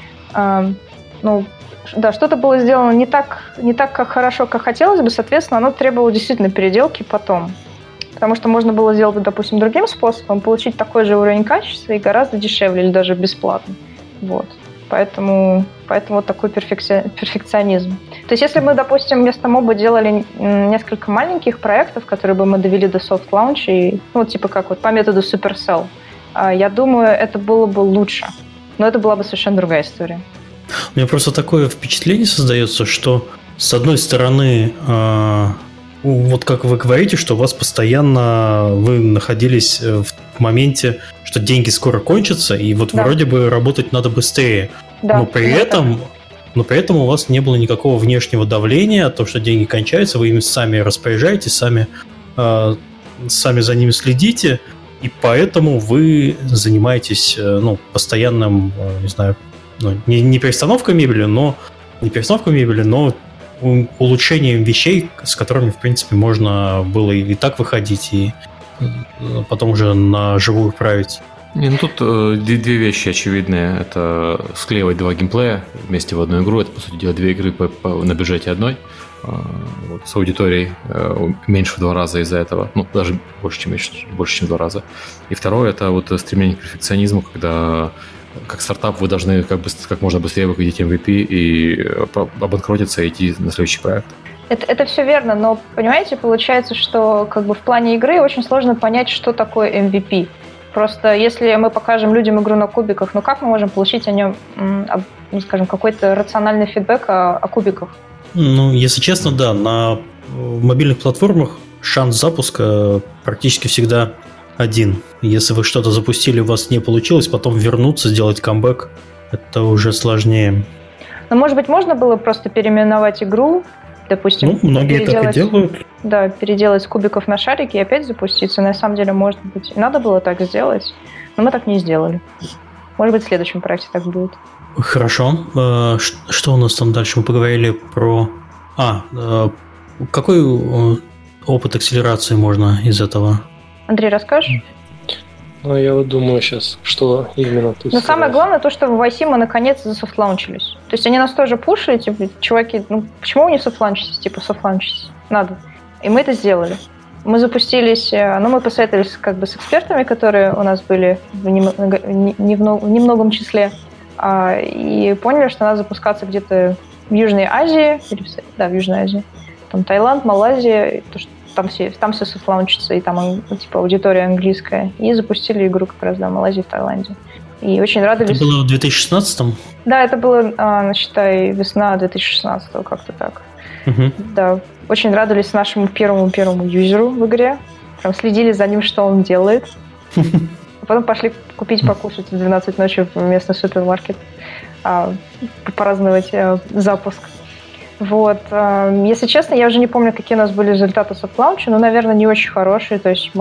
Да, что-то было сделано не так как хорошо, как хотелось бы, соответственно, оно требовало действительно переделки потом. Потому что можно было сделать, допустим, другим способом, получить такой же уровень качества и гораздо дешевле или даже бесплатно. Вот. Поэтому вот такой перфекционизм. То есть если мы, допустим, вместо моба делали несколько маленьких проектов, которые бы мы довели до soft launch, и, типа как вот по методу Supercell, я думаю, это было бы лучше. Но это была бы совершенно другая история. У меня просто такое впечатление создается, что с одной стороны, вот как вы говорите, что у вас постоянно вы находились в моменте, что деньги скоро кончатся, и вот да. Вроде бы работать надо быстрее. Да, но при этом у вас не было никакого внешнего давления, то, что деньги кончаются, вы ими сами распоряжаетесь, сами за ними следите, и поэтому вы занимаетесь постоянным, не знаю, не перестановкой мебели, но улучшением вещей, с которыми, в принципе, можно было и так выходить, и потом уже на живую править. Тут две вещи очевидные. Это склеивать два геймплея вместе в одну игру. Это, по сути дела, две игры на бюджете одной. С аудиторией меньше в 2 раза из-за этого. Даже больше, чем в 2 раза. И второе, это вот стремление к перфекционизму, когда как стартап вы должны как можно быстрее выходить MVP и обанкротиться и идти на следующий проект. Это все верно, но, понимаете, получается, что как бы в плане игры очень сложно понять, что такое MVP. Просто если мы покажем людям игру на кубиках, как мы можем получить о нем, скажем, какой-то рациональный фидбэк о кубиках? Если честно, да, на мобильных платформах шанс запуска практически всегда один. Если вы что-то запустили, у вас не получилось, потом вернуться, сделать камбэк, это уже сложнее. Но, может быть, можно было просто переименовать игру, допустим. Многие так и делают. Да, переделать с кубиков на шарики и опять запуститься. На самом деле, может быть, надо было так сделать, но мы так не сделали. Может быть, в следующем проекте так будет. Хорошо. Что у нас там дальше? Мы поговорили про... какой опыт акселерации можно из этого? Андрей, расскажешь? Я вот думаю сейчас, что именно тут. Но самое главное то, что в YC мы наконец засофтлаунчились. То есть они нас тоже пушили, чуваки, почему вы не софтлаунчитесь? софтлаунчитесь. Надо. И мы это сделали. Мы запустились, мы посоветовались с экспертами, которые у нас были в немногом числе, и поняли, что надо запускаться где-то в Южной Азии, в Южной Азии, там Таиланд, Малайзия, то, что там все софтлаунчится, и там аудитория английская. И запустили игру как раз в Малайзии, в Таиланде. И очень радовались. Это было в 2016-м? Да, это было, считай, весна 2016-го, как-то так. Угу. Да, очень радовались нашему первому юзеру в игре. Прям следили за ним, что он делает. А потом пошли купить, покушать в 12 ночи в местный супермаркет, попраздновать запуск. Вот. Если честно, я уже не помню, какие у нас были результаты софтлаунча, но, наверное, не очень хорошие. То есть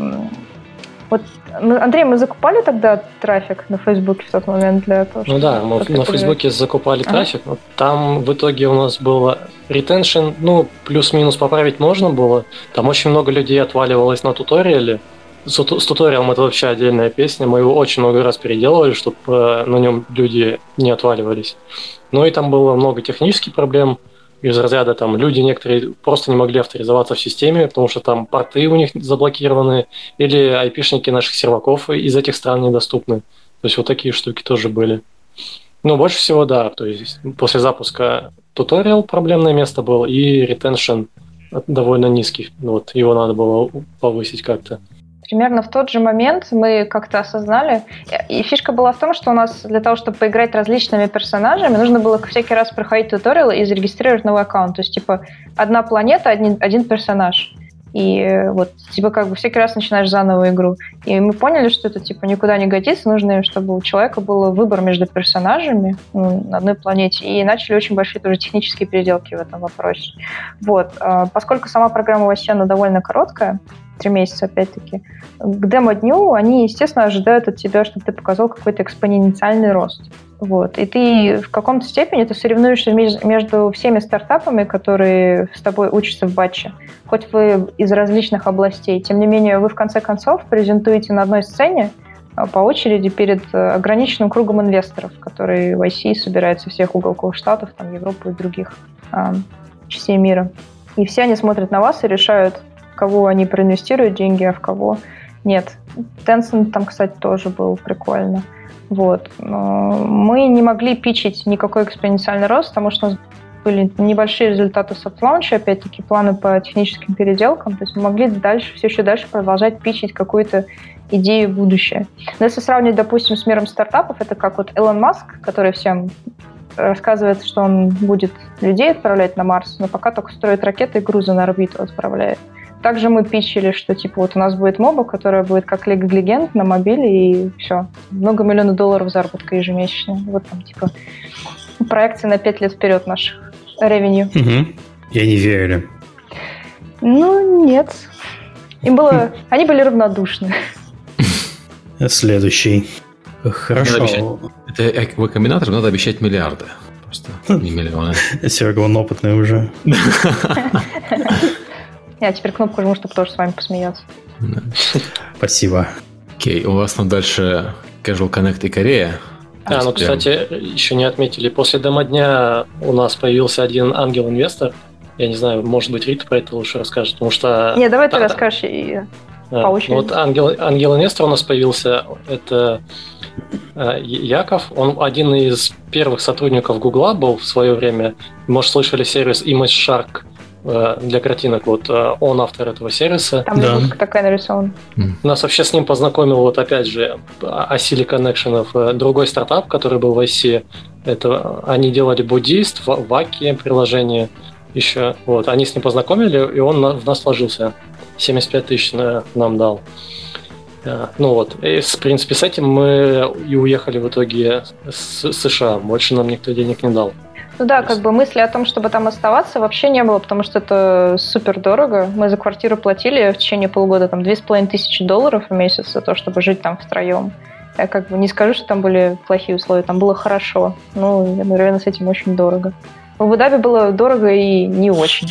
Андрей, мы закупали тогда трафик на Фейсбуке в тот момент для того, чтобы... да, мы на Фейсбуке закупали трафик, но там в итоге у нас было ретеншн, плюс-минус поправить можно было. Там очень много людей отваливалось на туториале. С туториалом это вообще отдельная песня. Мы его очень много раз переделывали, чтобы на нем люди не отваливались. И там было много технических проблем из разряда, люди некоторые просто не могли авторизоваться в системе, потому что там порты у них заблокированы, или айпишники наших серваков из этих стран недоступны. То есть вот такие штуки тоже были. Ну, больше всего, да. То есть после запуска туториал проблемное место был, и ретеншн довольно низкий. Вот, его надо было повысить как-то. Примерно в тот же момент мы как-то осознали, и фишка была в том, что у нас для того, чтобы поиграть различными персонажами, нужно было всякий раз проходить туториал и зарегистрировать новый аккаунт. То есть, типа, одна планета, один персонаж. И вот, типа, как бы всякий раз начинаешь заново игру. И мы поняли, что это, типа, никуда не годится. Нужно, чтобы у человека был выбор между персонажами на одной планете. И начали очень большие тоже технические переделки в этом вопросе. Вот. Поскольку сама программа вообще, она довольно короткая, 3 месяца, опять-таки, к демо-дню они, естественно, ожидают от тебя, чтобы ты показал какой-то экспоненциальный рост. Вот. И ты в каком-то степени ты соревнуешься между всеми стартапами, которые с тобой учатся в батче. Хоть вы из различных областей, тем не менее, вы в конце концов презентуете на одной сцене по очереди перед ограниченным кругом инвесторов, которые в IC собирают со всех уголков штатов, там, Европы и других частей мира. И все они смотрят на вас и решают, в кого они проинвестируют деньги, а в кого нет. Tencent там, кстати, тоже был прикольно. Вот. Но мы не могли питчить никакой экспоненциальный рост, потому что у нас были небольшие результаты софт-лаунча, опять-таки планы по техническим переделкам, то есть мы могли дальше, все еще дальше продолжать питчить какую-то идею будущее. Но если сравнивать, допустим, с миром стартапов, это как вот Илон Маск, который всем рассказывает, что он будет людей отправлять на Марс, но пока только строит ракеты и грузы на орбиту отправляет. Также мы питчили, что типа вот у нас будет моба, которая будет как League of Legends на мобиле, и все. Много миллионов долларов заработка ежемесячно. Вот там типа проекции на 5 лет вперед наших ревенью. Угу. Я не верю. Ну, нет. Они были равнодушны. Следующий. Хорошо. Это в комбинаторе надо обещать миллиарды. Просто не миллионы. Серега, он опытный уже. Я теперь кнопку жму, чтобы тоже с вами посмеяться. Спасибо. Окей, у вас там дальше Casual Connect и Корея. Ну, кстати, еще не отметили. После демо-дня у нас появился один ангел-инвестор. Я не знаю, может быть, Рита про это лучше расскажет, потому что... Не, давай ты расскажешь и по очереди. Вот ангел-инвестор у нас появился. Это Яков. Он один из первых сотрудников Гугла был в свое время. Может, слышали сервис ImageShark для картинок. Вот он автор этого сервиса. Там лягушка такая нарисована. Нас вообще с ним познакомил, вот опять же, Asili Connection'ов, другой стартап, который был в IC. Это они делали буддист, Ваки приложение еще. Вот, они с ним познакомили, и он в нас вложился. 75 тысяч нам дал. Ну вот, и, в принципе, с этим мы и уехали в итоге с США. Больше нам никто денег не дал. Ну да, как бы мысли о том, чтобы там оставаться, вообще не было, потому что это супер дорого. Мы за квартиру платили в течение полугода там $2500 в месяц за то, чтобы жить там втроем. Я как бы не скажу, что там были плохие условия, там было хорошо. Ну, наверное, с этим очень дорого. В Абу-Даби было дорого и не очень.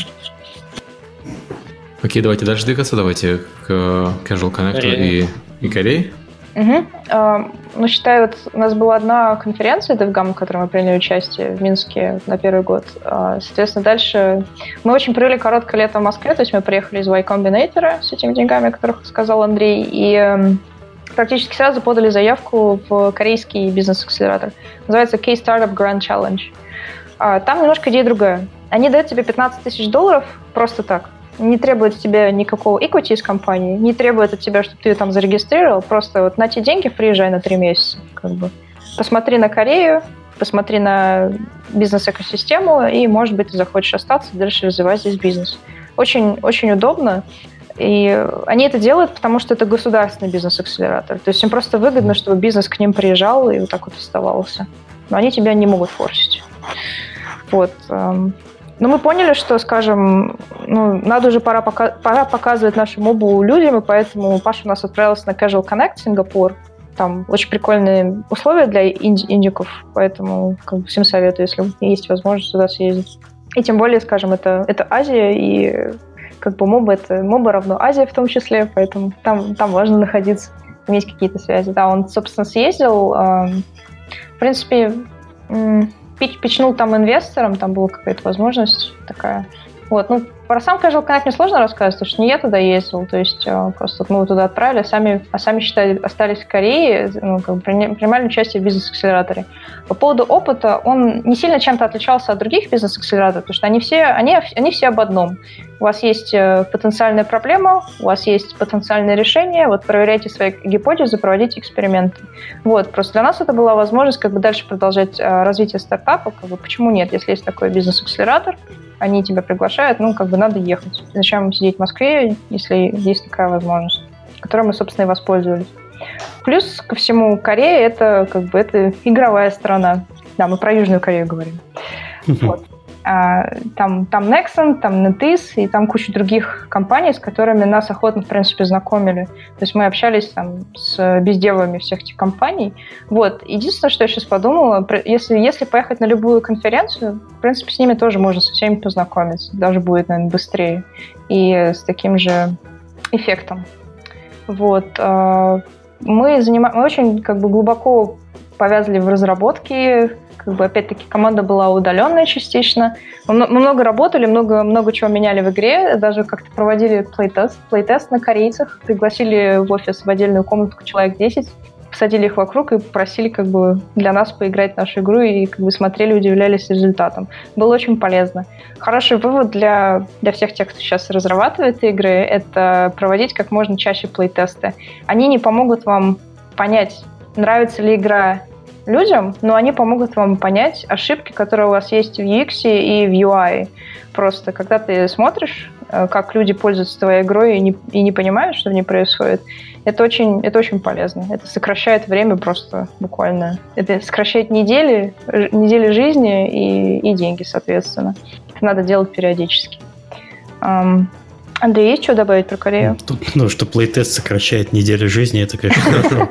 Окей, давайте дальше двигаться. Давайте к Casual Connect и Корее. Угу. Ну, считаю, вот у нас была одна конференция DevGam, в которой мы приняли участие в Минске на первый год. Соответственно, дальше мы очень провели короткое лето в Москве, то есть мы приехали из Y Combinator с этими деньгами, о которых сказал Андрей, и практически сразу подали заявку в корейский бизнес-акселератор. Называется K-Startup Grand Challenge. Там немножко идея другая. Они дают тебе $15 тысяч просто так. Не требует от тебя никакого equity из компании, не требует от тебя, чтобы ты ее там зарегистрировал, просто вот на те деньги приезжай на 3 месяца. Как бы. Посмотри на Корею, посмотри на бизнес-экосистему, и, может быть, ты захочешь остаться и дальше развивать здесь бизнес. Очень, очень удобно. И они это делают, потому что это государственный бизнес-акселератор. То есть им просто выгодно, чтобы бизнес к ним приезжал и вот так вот оставался. Но они тебя не могут форсить. Вот. Но мы поняли, что, скажем, надо уже пора показывать нашу мобу людям, и поэтому Паша у нас отправился на Casual Connect Сингапур. Там очень прикольные условия для индиков, поэтому как бы всем советую, если есть возможность туда съездить. И тем более, скажем, это Азия, и как бы моба равно Азия в том числе, поэтому там важно находиться, иметь какие-то связи. Да, он, собственно, съездил, в принципе, питчнул там инвесторам, там была какая-то возможность такая. Вот, Про сам Casual Connect мне сложно рассказывать, потому что не я туда ездил, то есть просто мы его туда отправили, сами считали, остались в Корее, принимали участие в бизнес-акселераторе. По поводу опыта, он не сильно чем-то отличался от других бизнес-акселераторов, потому что они все об одном. У вас есть потенциальная проблема, у вас есть потенциальное решение, вот проверяйте свои гипотезы, проводите эксперименты. Вот, просто для нас это была возможность дальше продолжать развитие стартапа, почему нет, если есть такой бизнес-акселератор, они тебя приглашают, надо ехать. Зачем сидеть в Москве, если есть такая возможность, которой мы, собственно, и воспользовались. Плюс ко всему, Корея это игровая страна. Да, мы про Южную Корею говорим. Вот. Там Nexon, там NetEase и там куча других компаний, с которыми нас охотно, в принципе, знакомили. То есть мы общались там с бездевами всех этих компаний. Вот. Единственное, что я сейчас подумала, если поехать на любую конференцию, в принципе, с ними тоже можно со всеми познакомиться. Даже будет, наверное, быстрее. И с таким же эффектом. Вот. Мы очень глубоко повязли в разработке. Опять-таки, команда была удаленная частично. Мы много работали, много чего меняли в игре. Даже как-то проводили плейтест на корейцах. Пригласили в офис в отдельную комнатку человек 10, посадили их вокруг и просили для нас поиграть в нашу игру и смотрели, удивлялись результатом. Было очень полезно. Хороший вывод для всех тех, кто сейчас разрабатывает игры, это проводить как можно чаще плейтесты. Они не помогут вам понять, нравится ли игра людям, но они помогут вам понять ошибки, которые у вас есть в UX и в UI. Просто когда ты смотришь, как люди пользуются твоей игрой и не понимают, что в ней происходит, это очень полезно. Это сокращает время просто буквально. Это сокращает недели жизни и деньги, соответственно. Это надо делать периодически. Андрей, есть что добавить про Корею? Что плейтест сокращает недели жизни, это, конечно, хорошо.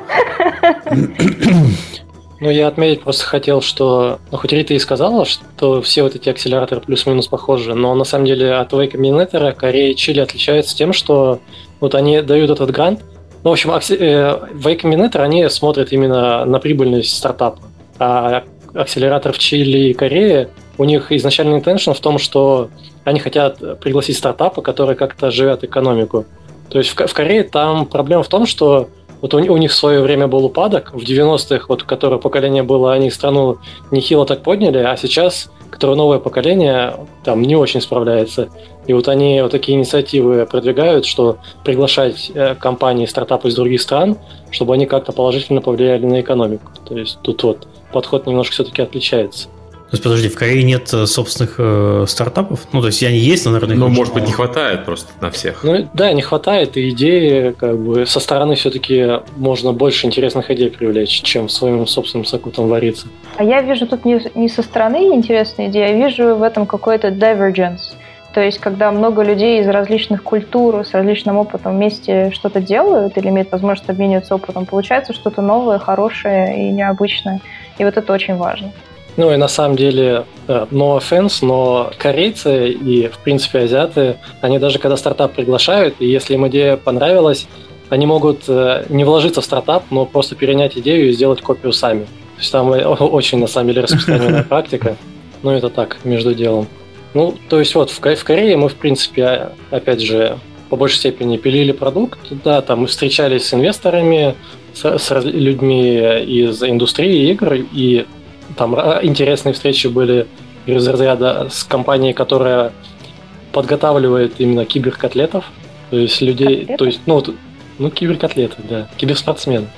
Я отметить просто хотел, что, хоть Рита и сказала, что все вот эти акселераторы плюс-минус похожи, но на самом деле от Y Combinator Корея и Чили отличаются тем, что вот они дают этот грант. В общем, в Y Combinator они смотрят именно на прибыльность стартапа, а акселератор в Чили и Корее, у них изначальный интеншн в том, что они хотят пригласить стартапы, которые как-то оживят экономику. То есть в Корее там проблема в том, что вот у них в свое время был упадок, в 90-х, которое поколение было, они страну нехило так подняли, а сейчас, которое новое поколение, там не очень справляется. И вот они вот такие инициативы продвигают, что приглашать компании, стартапы из других стран, чтобы они как-то положительно повлияли на экономику. То есть тут вот подход немножко все-таки отличается. То есть, подожди, в Корее нет собственных стартапов? То есть, они есть, но, наверное, их может быть, не хватает просто на всех. Да, не хватает, и идеи, со стороны все-таки можно больше интересных идей привлечь, чем в своем собственном соку там вариться. А я вижу тут не со стороны интересные идеи, я вижу в этом какой-то divergence. То есть, когда много людей из различных культур, с различным опытом вместе что-то делают или имеют возможность обмениваться опытом, получается что-то новое, хорошее и необычное. И вот это очень важно. И на самом деле, no offense, но корейцы и, в принципе, азиаты, они даже когда стартап приглашают, и если им идея понравилась, они могут не вложиться в стартап, но просто перенять идею и сделать копию сами. То есть там очень, на самом деле, распространенная практика. Это так, между делом. То есть в Корее мы, в принципе, опять же, по большей степени пилили продукт, да, там мы встречались с инвесторами, с людьми из индустрии игр, и там интересные встречи были из разряда с компанией, которая подготавливает именно киберкотлетов, то есть людей, котлеты? То есть, киберкотлеты, да, киберспортсмены.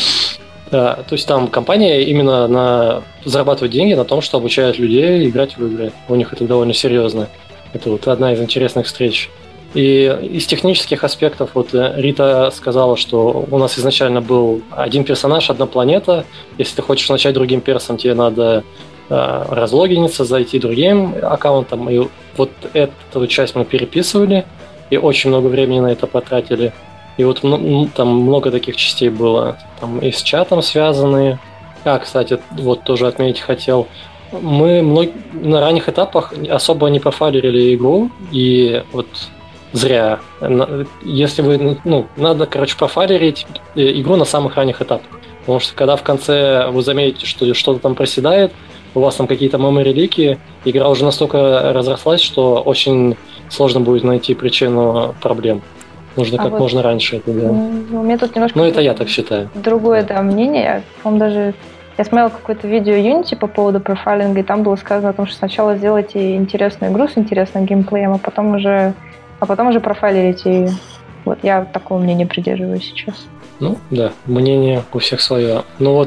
Да, то есть там компания именно зарабатывает деньги на том, что обучает людей играть в игры. У них это довольно серьезно. Это вот одна из интересных встреч. И из технических аспектов, Рита сказала, что у нас изначально был один персонаж, одна планета. Если ты хочешь начать другим персом, тебе надо разлогиниться, зайти другим аккаунтом. И вот эту часть мы переписывали, и очень много времени на это потратили. И там много таких частей было. Там и с чатом связанные. Кстати, тоже отметить хотел. Мы на ранних этапах особо не профайлерили игру, и зря. Если вы, надо, профайлерить игру на самых ранних этапах. Потому что когда в конце вы заметите, что что-то там проседает, у вас там какие-то memory-лики, игра уже настолько разрослась, что очень сложно будет найти причину проблем. Нужно как можно раньше это делать. У меня тут немножко... это я так считаю. Другое, мнение. По-моему, даже... Я смотрела какое-то видео Unity по поводу профайлинга, и там было сказано о том, что сначала сделайте интересную игру с интересным геймплеем, а потом уже профайлите ее. Вот я такого мнения придерживаюсь сейчас. Да, мнение у всех свое.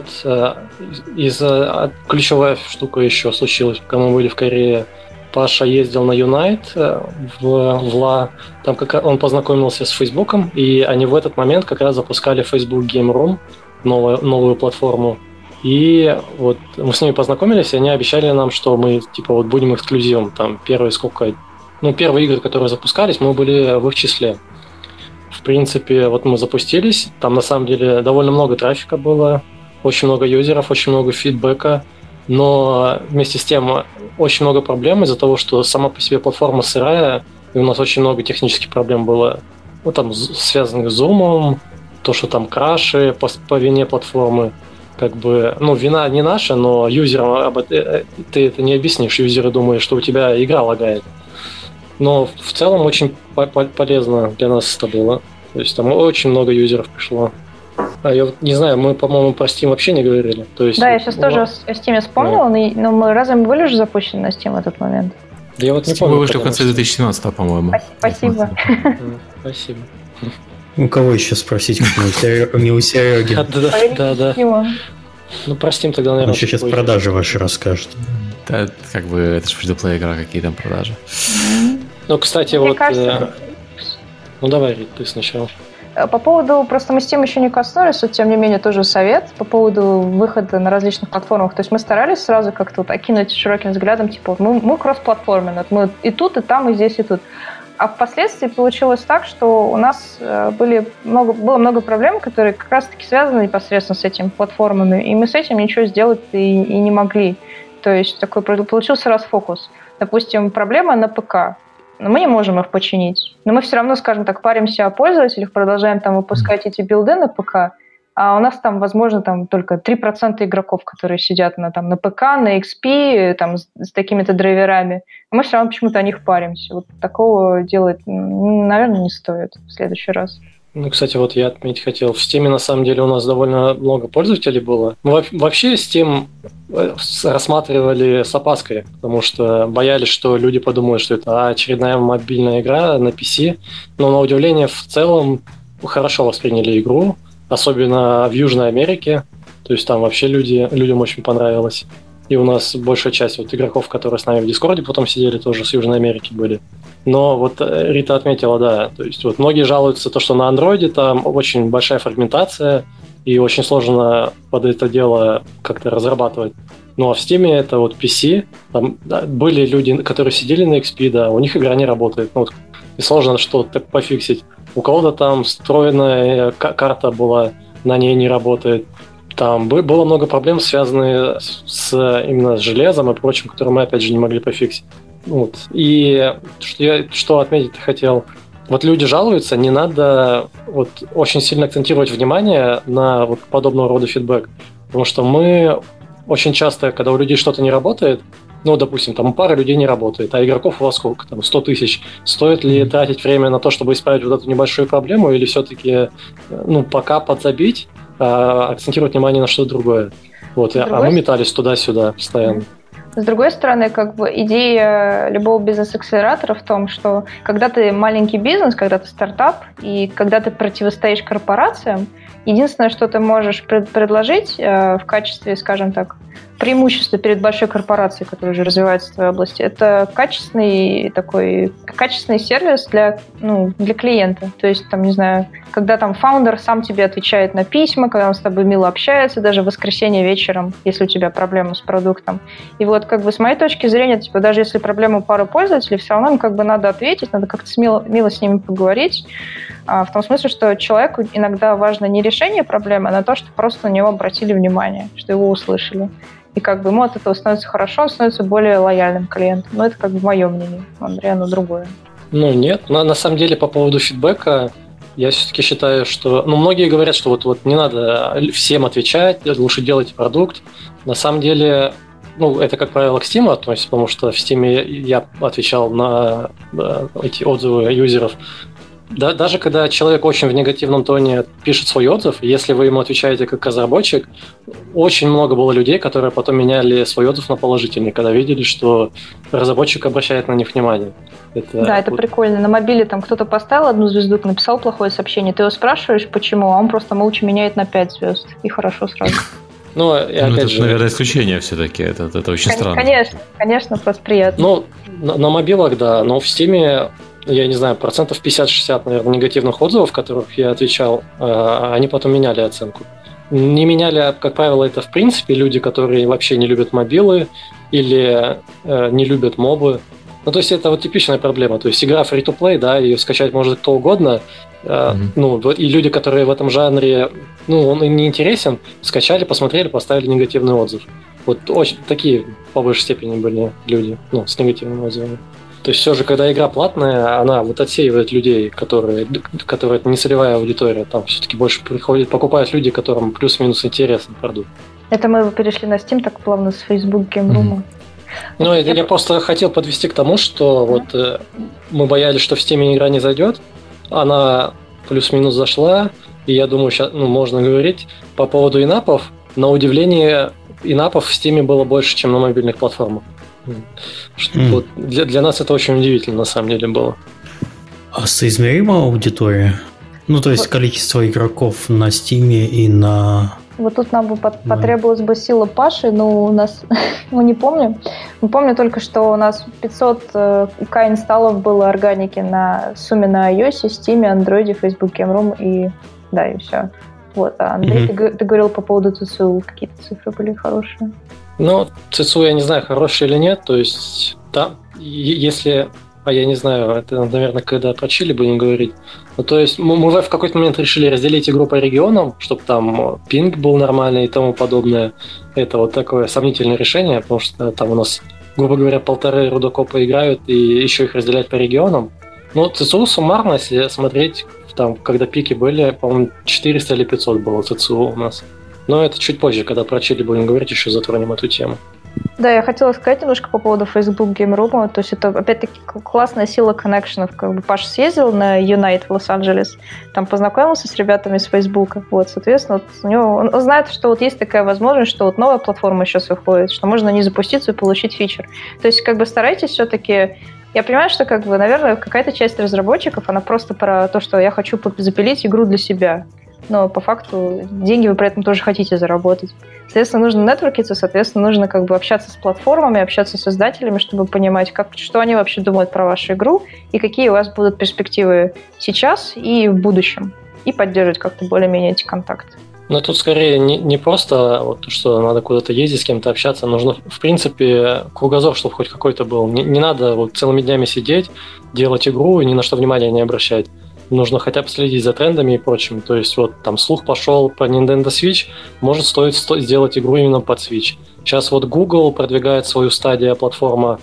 Ключевая штука еще случилась, когда мы были в Корее. Паша ездил на Unite в ЛА, там он познакомился с Фейсбуком, и они в этот момент как раз запускали Facebook Game Room, новую платформу. И вот мы с ними познакомились, и они обещали нам, что мы будем эксклюзивом. Там первые игры, которые запускались, мы были в их числе. В принципе, мы запустились, там на самом деле довольно много трафика было, очень много юзеров, очень много фидбэка, но вместе с тем очень много проблем из-за того, что сама по себе платформа сырая, и у нас очень много технических проблем было, связанных с зумом, то, что там краши по вине платформы. Вина не наша, но юзерам ты это не объяснишь. Юзеры думают, что у тебя игра лагает. Но в целом очень полезно для нас это было. То есть там очень много юзеров пришло. Я не знаю, мы, по-моему, про Steam вообще не говорили. То есть, я сейчас тоже о Steam вспомнила, но мы разве мы были уже запущены на Steam в этот момент? Да я не помню. Мы вышли в конце 2017, по-моему. Спасибо. Спасибо. У кого еще спросить, как не у Сереги? Да. Про Steam тогда, наверное... Он еще сейчас продажи ваши расскажет. Да, это же free-to-play игра, какие там продажи. Кстати, мне кажется... давай, Рит, ты сначала. По поводу... Просто мы Steam еще не коснулись, тем не менее, тоже совет по поводу выхода на различных платформах. То есть мы старались сразу как-то окинуть широким взглядом, мы кросс-платформенные. Мы и тут, и там, и здесь, и тут. А впоследствии получилось так, что у нас было много проблем, которые как раз-таки связаны непосредственно с этими платформами, и мы с этим ничего сделать и не могли. То есть получился расфокус. Допустим, проблема на ПК. Но мы не можем их починить. Но мы все равно, скажем так, паримся о пользователях, продолжаем там выпускать эти билды на ПК, а у нас там, возможно, там только 3% игроков, которые сидят на ПК, на XP, там, с такими-то драйверами. А мы все равно почему-то о них паримся. Вот такого делать, наверное, не стоит в следующий раз. Кстати, я отметить хотел. В Steam, на самом деле, у нас довольно много пользователей было. Мы вообще Steam рассматривали с опаской, потому что боялись, что люди подумают, что это очередная мобильная игра на PC. Но, на удивление, в целом хорошо восприняли игру, особенно в Южной Америке. То есть там вообще людям очень понравилось. И у нас большая часть игроков, которые с нами в Дискорде потом сидели, тоже с Южной Америки были. Но Рита отметила, да, то есть многие жалуются, что на Андроиде там очень большая фрагментация, и очень сложно под это дело как-то разрабатывать. Ну а в Steam это PC, там были люди, которые сидели на XP, да, у них игра не работает. И сложно что-то пофиксить. У кого-то там встроенная карта была, на ней не работает. Там было много проблем, связанных именно с железом и прочим, которые мы, опять же, не могли пофиксить. И что отметить хотел. Люди жалуются, не надо очень сильно акцентировать внимание на подобного рода фидбэк. Потому что мы очень часто, когда у людей что-то не работает, допустим, там у пары людей не работает, а игроков у вас сколько, 100 тысяч. Стоит ли тратить время на то, чтобы исправить эту небольшую проблему, или все-таки, пока подзабить, акцентировать внимание на что-то другое? А мы метались туда-сюда постоянно. С другой стороны, идея любого бизнес-акселератора в том, что когда ты маленький бизнес, когда ты стартап, и когда ты противостоишь корпорациям, единственное, что ты можешь предложить в качестве, скажем так, преимущества перед большой корпорацией, которая уже развивается в твоей области, это качественный сервис для клиента. То есть, когда фаундер сам тебе отвечает на письма, когда он с тобой мило общается, даже в воскресенье вечером, если у тебя проблема с продуктом. И с моей точки зрения, даже если проблема у пары пользователей, все равно им надо ответить, надо как-то мило с ними поговорить. В том смысле, что человеку иногда важно не решение проблемы, а то, что просто на него обратили внимание, что его услышали. И ему от этого становится хорошо, он становится более лояльным клиентом. Но это мое мнение. У Андрея оно другое. Нет. На самом деле, по поводу фидбэка, я все-таки считаю, что... многие говорят, что не надо всем отвечать, лучше делайте продукт. На самом деле, это, как правило, к Steam относится, потому что в Steam я отвечал на эти отзывы юзеров. Даже когда человек очень в негативном тоне пишет свой отзыв, если вы ему отвечаете как разработчик, очень много было людей, которые потом меняли свой отзыв на положительный, когда видели, что разработчик обращает на них внимание. Это прикольно. На мобиле там кто-то поставил 1 звезду, написал плохое сообщение, ты его спрашиваешь, почему, а он просто молча меняет на 5 звезд. И хорошо сразу. Это, наверное, исключение все-таки. Это очень странно. Конечно, просто приятно. На мобилах, да, но в Steam, я не знаю, 50-60%, наверное, негативных отзывов, которых я отвечал, они потом меняли оценку. Не меняли, как правило, это в принципе люди, которые вообще не любят мобилы или не любят мобы. То есть это типичная проблема. То есть игра free-to-play, да, ее скачать может кто угодно. И люди, которые в этом жанре, он им не интересен, скачали, посмотрели, поставили негативный отзыв. Очень такие, по большей степени, были люди, с негативными отзывами. То есть все же, когда игра платная, она отсеивает людей, которые это не целевая аудитория. Там все-таки больше покупают люди, которым плюс-минус интересен продукт. Это мы перешли на Steam так плавно с Facebook Game Room. Я просто хотел подвести к тому, что мы боялись, что в Steam игра не зайдет. Она плюс-минус зашла, и я думаю, сейчас можно говорить по поводу инапов. На удивление, инапов в Steam было больше, чем на мобильных платформах. Для нас это очень удивительно, на самом деле, было. А соизмерима аудитория? То есть количество игроков на Steam и на... Тут нам бы потребовалась бы сила Паши, но у нас... мы не помним. Мы помним только, что у нас 500к инсталлов было органики на сумме на iOS, Steam, Android, Facebook Game Room и все. А Андрей, ты говорил по поводу ЦСУ, какие-то цифры были хорошие. ЦСУ я не знаю, хорошие или нет, то есть, да, если... я не знаю, это, наверное, когда про Чили будем говорить. То есть мы в какой-то момент решили разделить игру по регионам, чтобы там пинг был нормальный и тому подобное. Это такое сомнительное решение, потому что там у нас, грубо говоря, 1,5 рудокопа играют, и еще их разделять по регионам. ЦСУ суммарно, если смотреть, там, когда пики были, по-моему, 400 или 500 было ЦСУ у нас. Но это чуть позже, когда про Чили будем говорить, еще затронем эту тему. Да, я хотела сказать немножко по поводу Facebook Game Room. То есть это, опять-таки, классная сила коннекшенов. Паша съездил на Unite в Лос-Анджелес, там познакомился с ребятами с Facebook. Соответственно, у него, он знает, что есть такая возможность, что новая платформа сейчас выходит, что можно на ней запуститься и получить фичер. То есть старайтесь все-таки... Я понимаю, что, наверное, какая-то часть разработчиков, она просто про то, что я хочу запилить игру для себя. Но по факту деньги вы при этом тоже хотите заработать. Соответственно, нужно нетворкиться, соответственно, нужно общаться с платформами, общаться с издателями, чтобы понимать, что они вообще думают про вашу игру и какие у вас будут перспективы сейчас и в будущем. И поддерживать как-то более-менее эти контакты. Тут скорее не просто что надо куда-то ездить, с кем-то общаться. Нужно, в принципе, кругозор, чтобы хоть какой-то был. Не надо целыми днями сидеть, делать игру и ни на что внимания не обращать. Нужно хотя бы следить за трендами и прочим. То есть там слух пошел про Nintendo Switch, может стоит сделать игру именно под Switch. Сейчас Google продвигает свою Stadia платформу,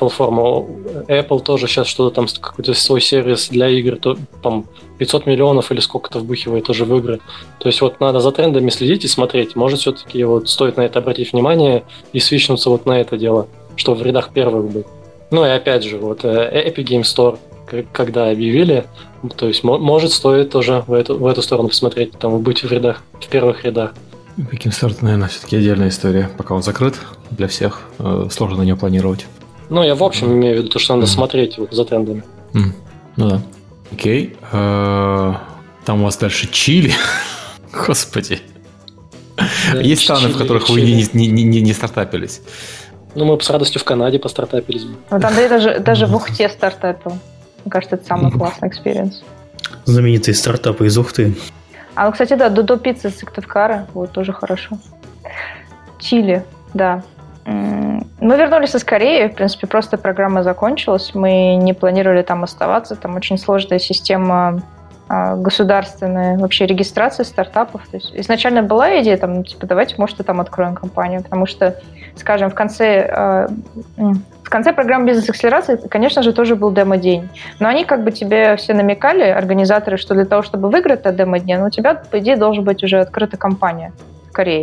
Apple тоже сейчас что-то там, какой-то свой сервис для игр, там 500 миллионов или сколько-то вбухивает тоже в игры. То есть надо за трендами следить и смотреть. Может все-таки стоит на это обратить внимание и свичнуться на это дело, что в рядах первых быть. И опять же, Epic Game Store, когда объявили, то есть может стоит тоже в эту сторону посмотреть, там быть в первых рядах. Epic Game Store, наверное, все-таки отдельная история. Пока он закрыт для всех, сложно на него планировать. Я в общем имею в виду то, что надо смотреть за трендами. Да. Окей. Там у вас дальше Чили. Господи. Да, есть страны, в которых вы не стартапились? Мы бы с радостью в Канаде постартапились. Андрей даже в Ухте стартапил. Мне кажется, это самый классный экспириенс. Знаменитые стартапы из Ухты. Кстати, да, Додо Пицца из Сыктывкара. Тоже хорошо. Чили, да. Мы вернулись из Кореи, в принципе, просто программа закончилась, мы не планировали там оставаться, там очень сложная система государственная вообще регистрации стартапов. То есть изначально была идея, давайте, может, и там откроем компанию, потому что, скажем, в конце программы бизнес-акселерации, конечно же, тоже был демо-день. Но они тебе все намекали, организаторы, что для того, чтобы выиграть этот демо-день, у тебя, по идее, должна быть уже открыта компания в Корее.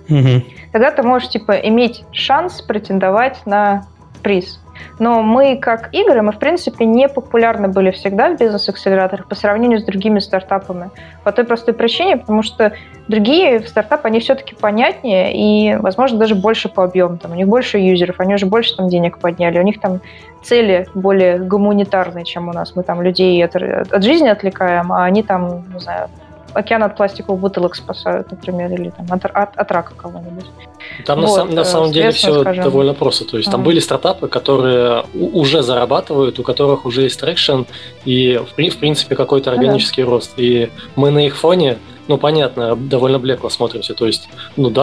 Тогда ты можешь, иметь шанс претендовать на приз. Но мы, как игры, мы, в принципе, не популярны были всегда в бизнес-акселераторах по сравнению с другими стартапами. По той простой причине, потому что другие стартапы, они все-таки понятнее и, возможно, даже больше по объему. У них больше юзеров, они уже больше денег подняли. У них там цели более гуманитарные, чем у нас. Мы там людей от жизни отвлекаем, а они там, не знаю, океан от пластиковых бутылок спасают, например, или там от рака кого-нибудь. Там на самом деле все довольно просто. То есть там были стартапы, которые уже зарабатывают, у которых уже есть трекшн и, в принципе, какой-то органический рост. И мы на их фоне, понятно, довольно блекло смотримся. То есть,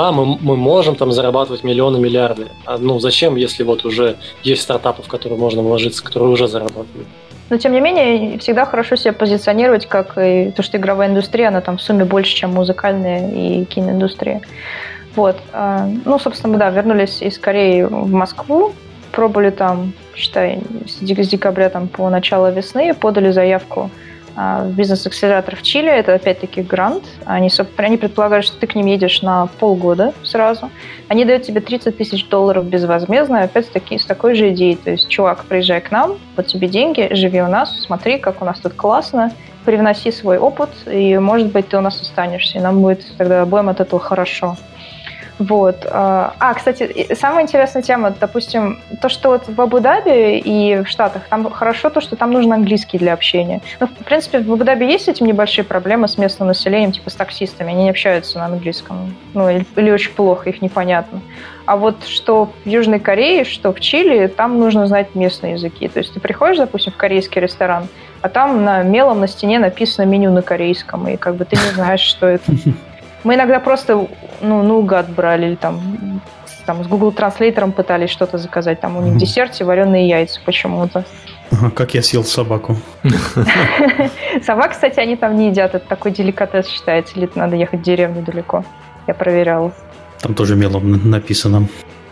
мы можем там зарабатывать миллионы, миллиарды. А зачем, если вот уже есть стартапы, в которые можно вложиться, которые уже зарабатывают? Но, тем не менее, всегда хорошо себя позиционировать, как и то, что игровая индустрия, она там в сумме больше, чем музыкальная и киноиндустрия. Вот. Собственно, мы, вернулись из Кореи в Москву, пробовали там, считай, с декабря по начало весны, подали заявку в бизнес-акселератор в Чили. Это, опять-таки, грант. Они предполагают, что ты к ним едешь на полгода сразу. Они дают тебе $30 тысяч безвозмездно, опять-таки, с такой же идеей. То есть, чувак, приезжай к нам, вот тебе деньги, живи у нас, смотри, как у нас тут классно, привноси свой опыт, и, может быть, ты у нас останешься, и нам будет тогда обоим от этого хорошо. Вот. Кстати, самая интересная тема, допустим, то, что вот в Абу-Даби и в Штатах, там хорошо то, что там нужен английский для общения. В принципе, в Абу-Даби есть с этим небольшие проблемы с местным населением, с таксистами, они не общаются на английском, или очень плохо, их непонятно. А вот что в Южной Корее, что в Чили, там нужно знать местные языки. То есть ты приходишь, допустим, в корейский ресторан, а там мелом на стене написано меню на корейском, и ты не знаешь, что это. Мы иногда просто наугад брали, или там с Google Транслейтером пытались что-то заказать. Там у них в десерте вареные яйца почему-то. Как я съел собаку. Собак, кстати, они там не едят. Это такой деликатес считается. Или надо ехать в деревню далеко. Я проверяла. Там тоже мелом написано.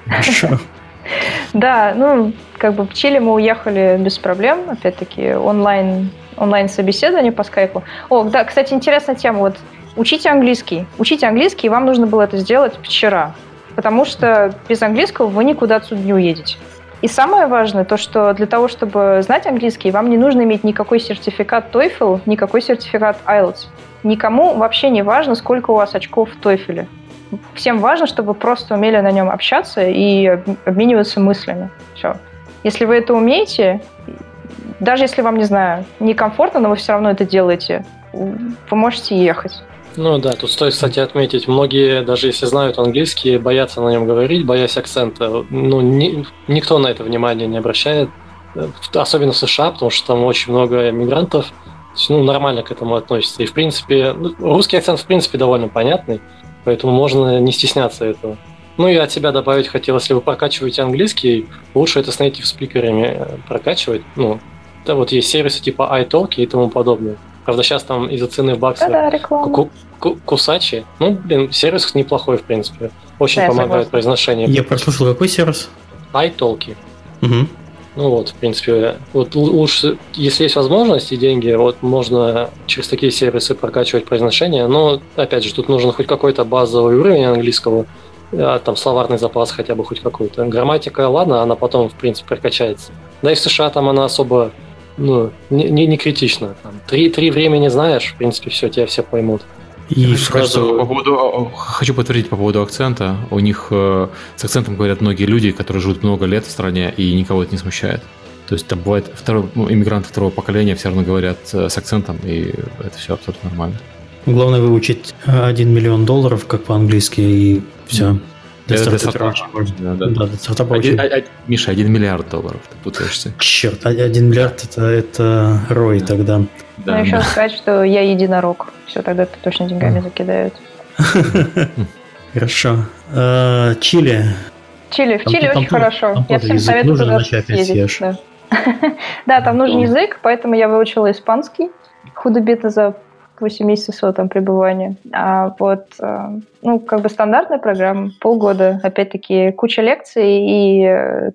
Да, в Чили мы уехали без проблем. Опять-таки, онлайн-собеседование по скайпу. Да, кстати, интересная тема. Вот учите английский, и вам нужно было это сделать вчера, потому что без английского вы никуда отсюда не уедете. И самое важное, то, что для того, чтобы знать английский, вам не нужно иметь никакой сертификат TOEFL, никакой сертификат IELTS. Никому вообще не важно, сколько у вас очков в TOEFL. Всем важно, чтобы вы просто умели на нем общаться и обмениваться мыслями. Все. Если вы это умеете, даже если вам, не знаю, некомфортно, но вы все равно это делаете, вы можете ехать. Да, тут стоит, кстати, отметить, многие, даже если знают английский, боятся на нем говорить, боясь акцента. Никто на это внимание не обращает, особенно в США, потому что там очень много мигрантов, нормально к этому относятся. И, в принципе, русский акцент, в принципе, довольно понятный, поэтому можно не стесняться этого. И от себя добавить хотел, если вы прокачиваете английский, лучше это с native спикерами прокачивать. Вот есть сервисы типа iTalki и тому подобное. Правда, сейчас там из-за цены в баксах кусачи. Сервис неплохой, в принципе. Очень помогает произношению. Я прослушал, какой сервис? iTalki. Угу. В принципе, лучше, если есть возможность и деньги, можно через такие сервисы прокачивать произношение. Но, опять же, тут нужен хоть какой-то базовый уровень английского, там словарный запас хотя бы хоть какой-то. Грамматика, ладно, она потом, в принципе, прокачается. Да и в США там она особо не критично. Три времени знаешь, в принципе, тебя все поймут. И хочу подтвердить по поводу акцента. У них с акцентом говорят многие люди, которые живут много лет в стране, и никого это не смущает. То есть там бывает иммигранты второго поколения все равно говорят с акцентом, и это все абсолютно нормально. Главное выучить $1 миллион, как по-английски, и все. Да, Миша, $1 миллиард, ты путаешься. Черт, 1 миллиард это рой тогда. Да, еще сказать, что я единорог. Все, тогда это точно деньгами закидают. Хорошо. Чили. В Чили очень хорошо. Я всем советую туда съездить. Да, там нужен язык, поэтому я выучила испанский. Худо-бедно за 8 месяцев своего там пребывания. Стандартная программа, полгода, опять-таки, куча лекций и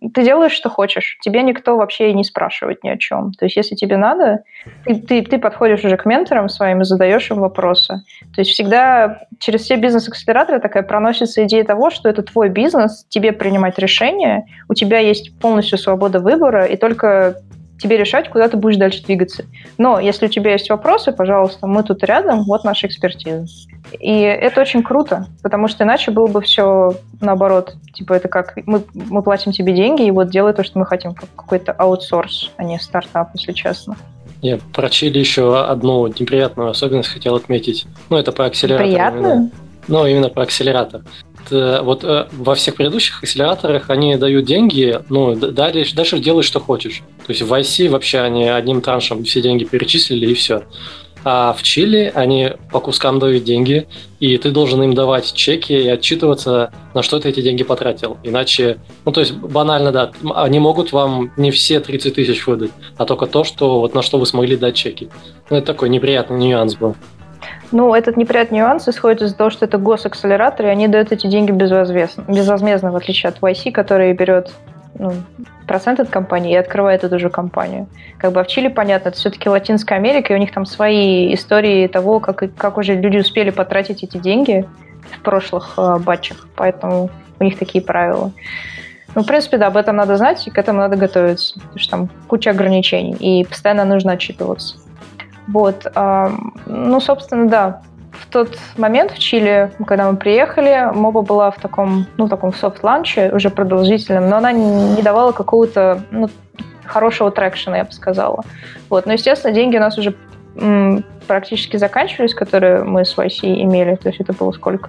ты делаешь, что хочешь. Тебе никто вообще и не спрашивает ни о чем. То есть если тебе надо, ты подходишь уже к менторам своим и задаешь им вопросы. То есть всегда через все бизнес-акселераторы такая проносится идея того, что это твой бизнес, тебе принимать решения, у тебя есть полностью свобода выбора, и только тебе решать, куда ты будешь дальше двигаться. Но если у тебя есть вопросы, пожалуйста, мы тут рядом, вот наша экспертиза. И это очень круто, потому что иначе было бы все наоборот. Типа это как мы платим тебе деньги, и вот делай то, что мы хотим, как какой-то аутсорс, а не стартап, если честно. Я про Чили еще одну неприятную особенность хотел отметить. Ну, это про акселератор. Приятную? Ну, именно про акселератор. Вот во всех предыдущих акселераторах они дают деньги, ну, дальше делай, что хочешь. То есть в IC вообще они одним траншем все деньги перечислили, и все. А в Чили они по кускам дают деньги, и ты должен им давать чеки и отчитываться, на что ты эти деньги потратил. Иначе, ну, то есть банально, да, они могут вам не все 30 тысяч выдать, а только то, что, вот на что вы смогли дать чеки. Ну, это такой неприятный нюанс был. Ну, этот неприятный нюанс исходит из-за того, что это госакселератор, и они дают эти деньги безвозмездно, в отличие от YC, который берет процент от компании и открывает эту же компанию. Как бы в Чили, понятно, это все-таки Латинская Америка, и у них там свои истории того, как уже люди успели потратить эти деньги в прошлых батчах, поэтому у них такие правила. Ну, в принципе, да, об этом надо знать, и к этому надо готовиться, потому что там куча ограничений, и постоянно нужно отчитываться. Вот, ну, собственно, да. В тот момент в Чили, когда мы приехали, моба была в таком софт-ланче, уже продолжительном, но она не давала какого-то хорошего трекшена, я бы сказала. Вот, но, естественно, деньги у нас уже практически заканчивались, которые мы с YC имели. То есть это было сколько?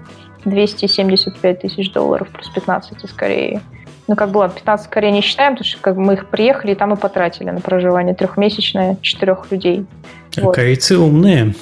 $275 тысяч плюс 15 из Кореи. Ну, как было, 15 в Корее не считаем, потому что как бы мы их приехали и там и потратили на проживание. 3-месячное, 4 людей. Вот. Корейцы умные.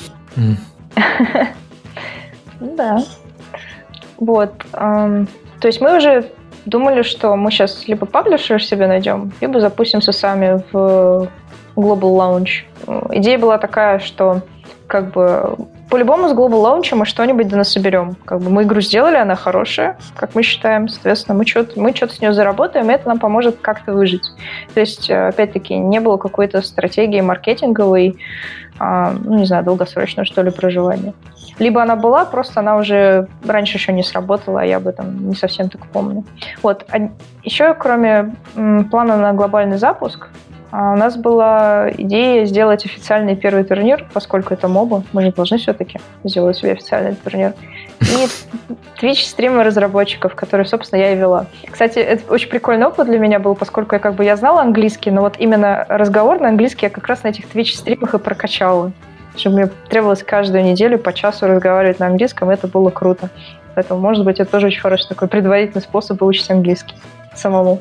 Да. Вот. То есть мы уже думали, что мы сейчас либо паблишер себе найдем, либо запустимся сами в Global Launch. Идея была такая, что как бы по-любому с Global Launch мы что-нибудь да насоберем. Как бы мы игру сделали, она хорошая, как мы считаем. Соответственно, мы что-то с нее заработаем, и это нам поможет как-то выжить. То есть, опять-таки, не было какой-то стратегии маркетинговой, не знаю, долгосрочного, что ли, проживания. Либо она была, просто она уже раньше еще не сработала, а я об этом не совсем так помню. Вот. А еще, кроме плана на глобальный запуск, у нас была идея сделать официальный первый турнир, поскольку это моба, мы не должны все-таки сделать себе официальный турнир. И Twitch-стримы разработчиков, которые, собственно, я и вела. Кстати, это очень прикольный опыт для меня был, поскольку я знала английский, но вот именно разговор на английский я как раз на этих Twitch-стримах и прокачала. Чтобы мне требовалось каждую неделю по часу разговаривать на английском, это было круто. Поэтому, может быть, это тоже очень хороший такой предварительный способ выучить английский самому.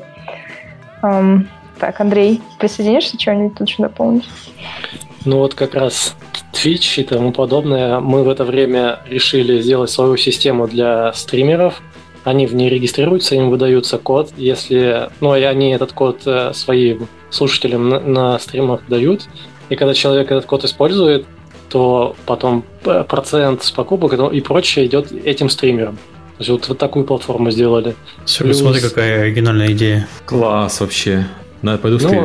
Так, Андрей, присоединишься, что-нибудь тут еще дополнить? Ну вот как раз Twitch и тому подобное. Мы в это время решили сделать свою систему для стримеров. Они в ней регистрируются, им выдается код. Если, и они этот код своим слушателям на стримах дают. И когда человек этот код использует, то потом процент с покупок и прочее идет этим стримерам. То есть вот такую платформу сделали. Смотри, какая оригинальная идея. Класс вообще. Надо пойду стримить.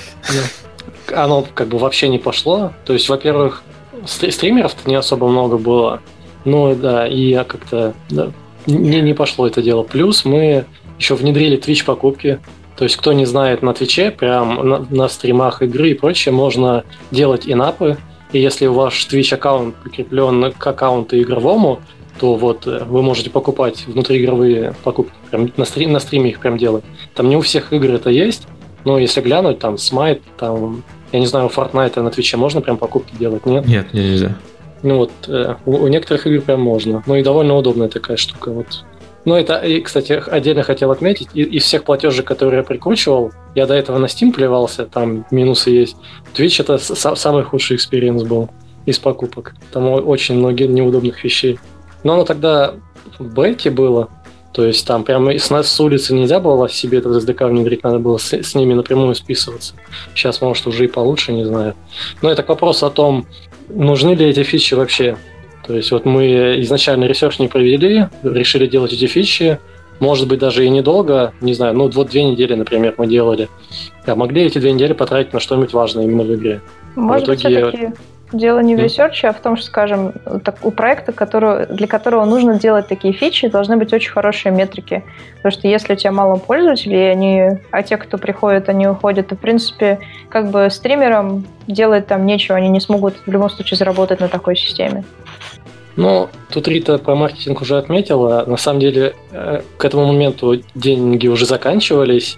Оно как бы вообще не пошло. То есть, во-первых, стримеров-то не особо много было. Ну да, и я как-то не пошло это дело. Плюс мы еще внедрили Twitch покупки. То есть, кто не знает, на Твиче, прям на стримах игры и прочее, можно делать инапы. И если ваш Twitch аккаунт прикреплен к аккаунту игровому, то вот вы можете покупать внутриигровые покупки. Прям на стриме их прям делать. Там не у всех игр это есть. Но если глянуть, там, Smite, там, я не знаю, у Fortnite на Твиче можно прям покупки делать, нет? Нет, нельзя. Ну вот, у некоторых игр прям можно. Ну и довольно удобная такая штука, вот. Ну это, и, кстати, отдельно хотел отметить, из всех платежей, которые я прикручивал, я до этого на Steam плевался, там минусы есть. Twitch это самый худший экспириенс был из покупок. Там очень много неудобных вещей. Но оно тогда в бете было. То есть там прямо с улицы нельзя было себе этот SDK внедрить, надо было с ними напрямую списываться. Сейчас, может, уже и получше, не знаю. Но это к вопросу о том, нужны ли эти фичи вообще. То есть вот мы изначально ресерч не провели, решили делать эти фичи, может быть, даже и недолго, не знаю, вот 2 недели, например, мы делали. А могли эти 2 недели потратить на что-нибудь важное именно в игре. Может быть, все-таки дело не в ресерче, а в том, что, скажем, у проекта, для которого нужно делать такие фичи, должны быть очень хорошие метрики. Потому что если у тебя мало пользователей, а те, кто приходит, они уходят, то, в принципе, как бы стримерам делать там нечего, они не смогут в любом случае заработать на такой системе. Ну, тут Рита про маркетинг уже отметила. На самом деле, к этому моменту деньги уже заканчивались.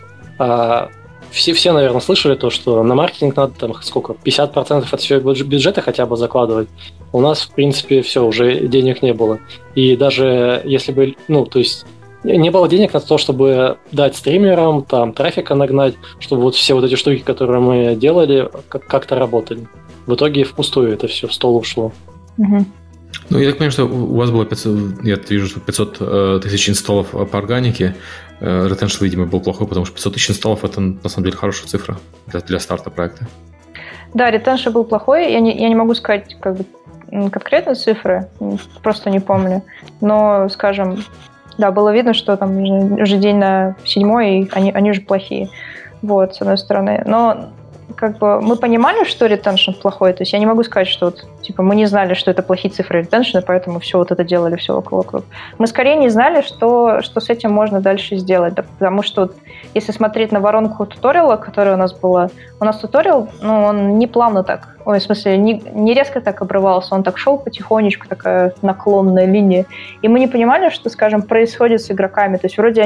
Все, наверное, слышали то, что на маркетинг надо там сколько, 50% от всего бюджета хотя бы закладывать. У нас, в принципе, все, уже денег не было. И даже если бы, то есть не было денег на то, чтобы дать стримерам, там, трафика нагнать, чтобы вот все вот эти штуки, которые мы делали, как-то работали. В итоге впустую это все в стол ушло. Угу. Ну, я так понимаю, что у вас было 500, я вижу, что 500 тысяч инсталлов по органике. Ретеншн, видимо, был плохой, потому что 500 тысяч инсталлов – это, на самом деле, хорошая цифра для старта проекта. Да, ретеншн был плохой. Я не могу сказать как бы конкретные цифры, просто не помню. Но, скажем, да, было видно, что там уже день на 7-й, и они уже плохие. Вот, с одной стороны. Но как бы мы понимали, что ретеншн плохой, то есть я не могу сказать, что вот, типа, мы не знали, что это плохие цифры ретеншна, поэтому все вот это делали, все вокруг. Мы скорее не знали, что с этим можно дальше сделать, да, потому что вот, если смотреть на воронку туториала, которая у нас была, у нас туториал, он не плавно так, в смысле, не резко так обрывался, он так шел потихонечку, такая наклонная линия, и мы не понимали, что, скажем, происходит с игроками, то есть вроде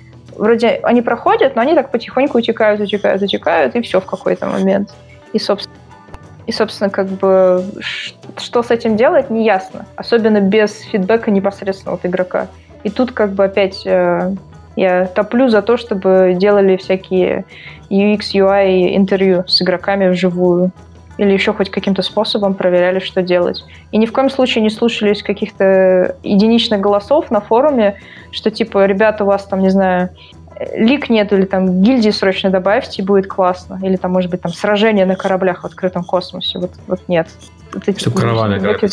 они проходят, но они так потихоньку утекают, и все в какой-то момент. И, собственно, как бы, что с этим делать, не ясно. Особенно без фидбэка непосредственно от игрока. И тут, как бы, опять я топлю за то, чтобы делали всякие UX, UI интервью с игроками вживую. Или еще хоть каким-то способом проверяли, что делать. И ни в коем случае не слушались каких-то единичных голосов на форуме, что типа, ребята, у вас там, не знаю, лик нет, или там гильдии срочно добавьте, и будет классно. Или там, может быть, там сражения на кораблях в открытом космосе. Вот нет. Чтобы караваны грабить.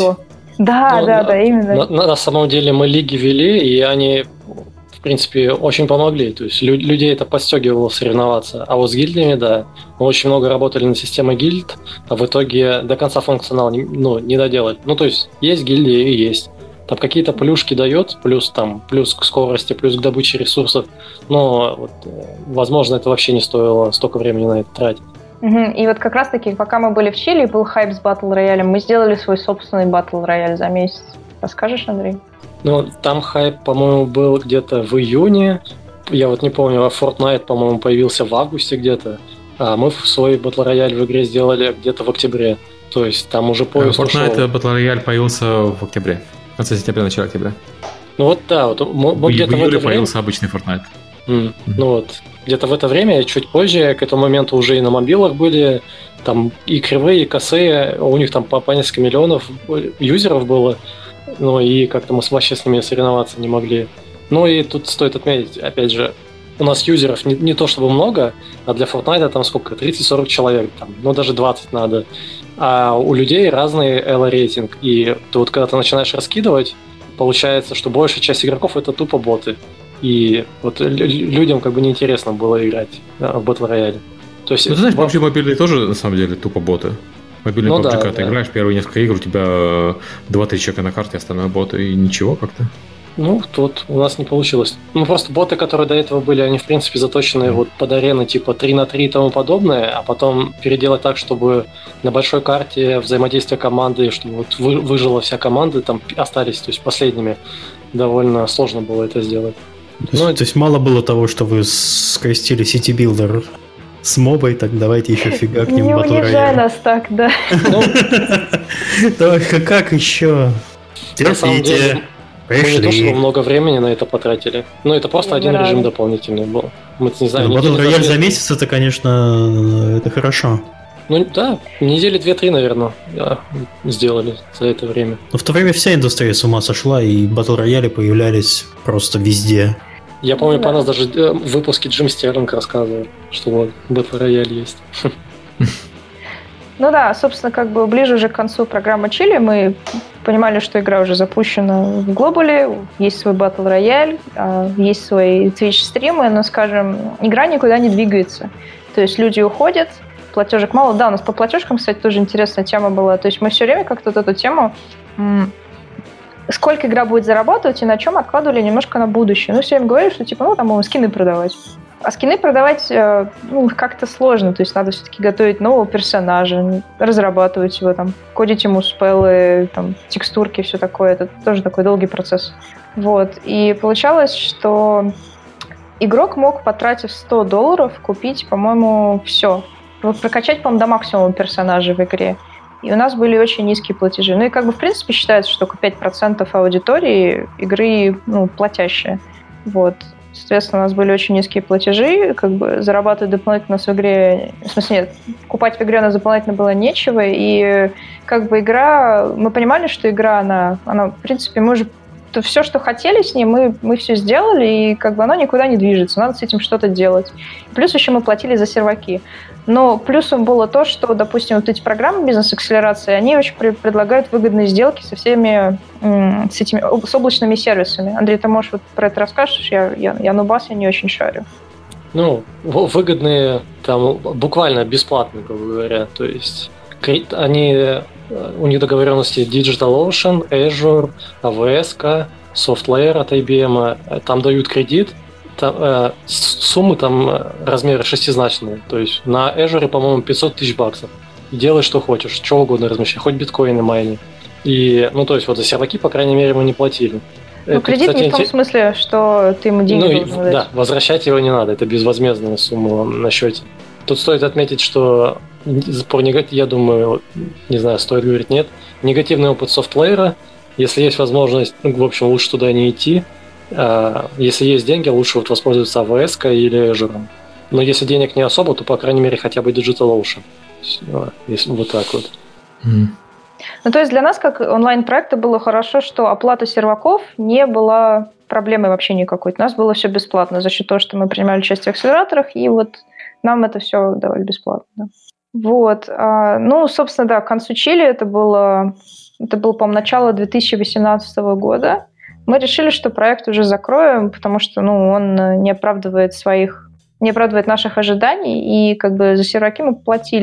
Да, именно. На самом деле мы лиги вели, и они, в принципе, очень помогли. То есть людей это подстегивало соревноваться. А вот с гильдиями, да, мы очень много работали над системой гильд, а в итоге до конца функционал не доделать. То есть гильдии и есть. Там какие-то плюшки дает, плюс к скорости, плюс к добыче ресурсов. Но, вот, возможно, это вообще не стоило столько времени на это тратить. И вот как раз-таки, пока мы были в Чили, был хайп с Battle Royale, мы сделали свой собственный Battle Royale за месяц. Расскажешь, Андрей? Там хайп, по-моему, был где-то в июне. Я вот не помню, а Fortnite, по-моему, появился в августе где-то. А мы свой Battle Royale в игре сделали где-то в октябре. То есть там уже поезд ушел. Fortnite Battle Royale появился в октябре. В конце сентября, начало октября. Мы в где-то в июле появился обычный Fortnite. Где-то в это время, чуть позже, к этому моменту уже и на мобилах были, там и кривые, и косые, у них там по несколько миллионов юзеров было, и как-то мы вообще с ними соревноваться не могли. И тут стоит отметить, опять же, у нас юзеров не то чтобы много, а для Fortnite там сколько, 30-40 человек, даже 20 надо. А у людей разный Elo-рейтинг, и ты вот когда ты начинаешь раскидывать, получается, что большая часть игроков это тупо боты. И вот людям как бы неинтересно было играть в Battle Royale. То есть, ты знаешь, PUBG мобильные тоже на самом деле тупо боты. Мобильный PUBG, когда ты играешь, первые несколько игр, у тебя 2-3 человека на карте, остальное боты, и ничего как-то. Тут у нас не получилось. Просто боты, которые до этого были, они, в принципе, заточены вот под арены типа 3-3 и тому подобное, а потом переделать так, чтобы на большой карте взаимодействие команды, чтобы вот выжила вся команда, там остались, то есть последними, довольно сложно было это сделать. То есть мало было того, что вы скрестили сити-билдер с мобой, так давайте еще фигакнем Battle Royale. Не унижай нас так, да. Давай, как еще? Терпите. Мы не то, что много времени на это потратили. Это просто один режим дополнительный был. Мы не знаем. Battle Royale за месяц, это, конечно, это хорошо. недели 2-3, наверное, сделали за это время. Но в то время вся индустрия с ума сошла, и Battle Royale появлялись просто везде. Я помню, по нас даже в выпуске Джим Стерлинг рассказывал, что вот Battle Royale есть. Собственно, как бы ближе уже к концу программы Чили мы понимали, что игра уже запущена в глобале, есть свой Battle Royale, есть свои Twitch-стримы, но, скажем, игра никуда не двигается. То есть люди уходят, платежек мало. Да, у нас по платежкам, кстати, тоже интересная тема была. То есть мы все время как-то вот эту тему, сколько игра будет зарабатывать и на чем откладывали немножко на будущее. Ну, все время говорили, что типа, там скины продавать. А скины продавать как-то сложно, то есть надо все-таки готовить нового персонажа, разрабатывать его, там, кодить ему спеллы, там, текстурки, все такое. Это тоже такой долгий процесс. Вот. И получалось, что игрок мог, потратив $100, купить, по-моему, все. Прокачать, по-моему, до максимума персонажей в игре. И у нас были очень низкие платежи. Ну и в принципе считается, что только 5% аудитории игры, платящие. Вот. Соответственно, у нас были очень низкие платежи, зарабатывать дополнительно в игре... В смысле, нет, покупать в игре у нас дополнительно было нечего, и игра... Мы понимали, что игра, она в принципе, мы уже... Все, что хотели с ней, мы все сделали, и она никуда не движется, надо с этим что-то делать. Плюс еще мы платили за серваки. Но плюсом было то, что, допустим, вот эти программы бизнес-акселерации, они очень предлагают выгодные сделки со всеми, с облачными сервисами. Андрей, ты можешь про это расскажешь? Я нубас, я не очень шарю. Выгодные, там, буквально бесплатные, грубо говоря. То есть у них договоренности DigitalOcean, Azure, AWS, SoftLayer от IBM. Там дают кредит. Суммы там размеры шестизначные. То есть на Azure, по-моему, $500,000. Делай, что хочешь, что угодно размещай, хоть биткоины майни. И, то есть вот за серваки, по крайней мере, мы не платили. Кредит, кстати, не в том смысле, что ты ему деньги должен дать. Да, возвращать его не надо, это безвозмездная сумма на счете. Тут стоит отметить, что я думаю, не знаю, стоит говорить нет, негативный опыт софтлейера, если есть возможность, в общем, лучше туда не идти. Если есть деньги, лучше воспользоваться AWS или Azure. Но если денег не особо, то, по крайней мере, хотя бы DigitalOcean. Вот так вот. То есть для нас, как онлайн-проекта, было хорошо, что оплата серваков не была проблемой вообще никакой. У нас было все бесплатно за счет того, что мы принимали участие в акселераторах, и вот нам это все давали бесплатно. Вот. Собственно, да, к концу Чили это было, по-моему, начало 2018 года. Мы решили, что проект уже закроем, потому что он не оправдывает наших ожиданий, и за серваки мы платили.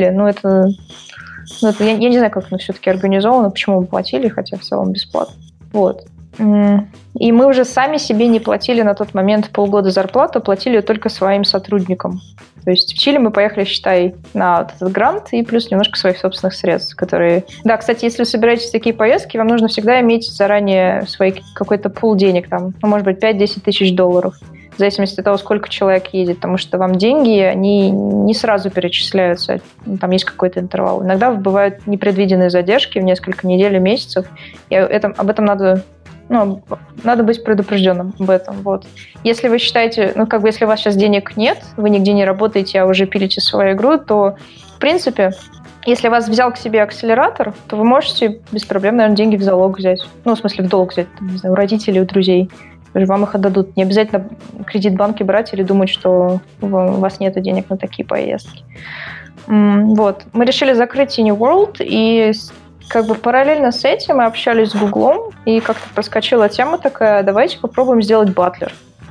Я не знаю, как оно все-таки организовано, почему мы платили, хотя в целом бесплатно. Вот. И мы уже сами себе не платили на тот момент полгода зарплату, платили только своим сотрудникам. То есть в Чили мы поехали, считай, на этот грант и плюс немножко своих собственных средств, которые... Да, кстати, если вы собираетесь в такие поездки, вам нужно всегда иметь заранее какой-то пул денег, там, может быть, $5-10 тысяч, в зависимости от того, сколько человек едет, потому что вам деньги, они не сразу перечисляются, там есть какой-то интервал. Иногда бывают непредвиденные задержки в несколько недель и месяцев, и об этом надо быть предупрежденным об этом. Вот. Если вы считаете, если у вас сейчас денег нет, вы нигде не работаете, а уже пилите свою игру, то, в принципе, если вас взял к себе акселератор, то вы можете без проблем, наверное, деньги в залог взять. В смысле, в долг взять, не знаю, у родителей, у друзей. Вам их отдадут. Не обязательно кредит в банке брать или думать, что у вас нет денег на такие поездки. Вот. Мы решили закрыть UniWorld, и параллельно с этим мы общались с Гуглом, и как-то проскочила тема такая: давайте попробуем сделать батлер.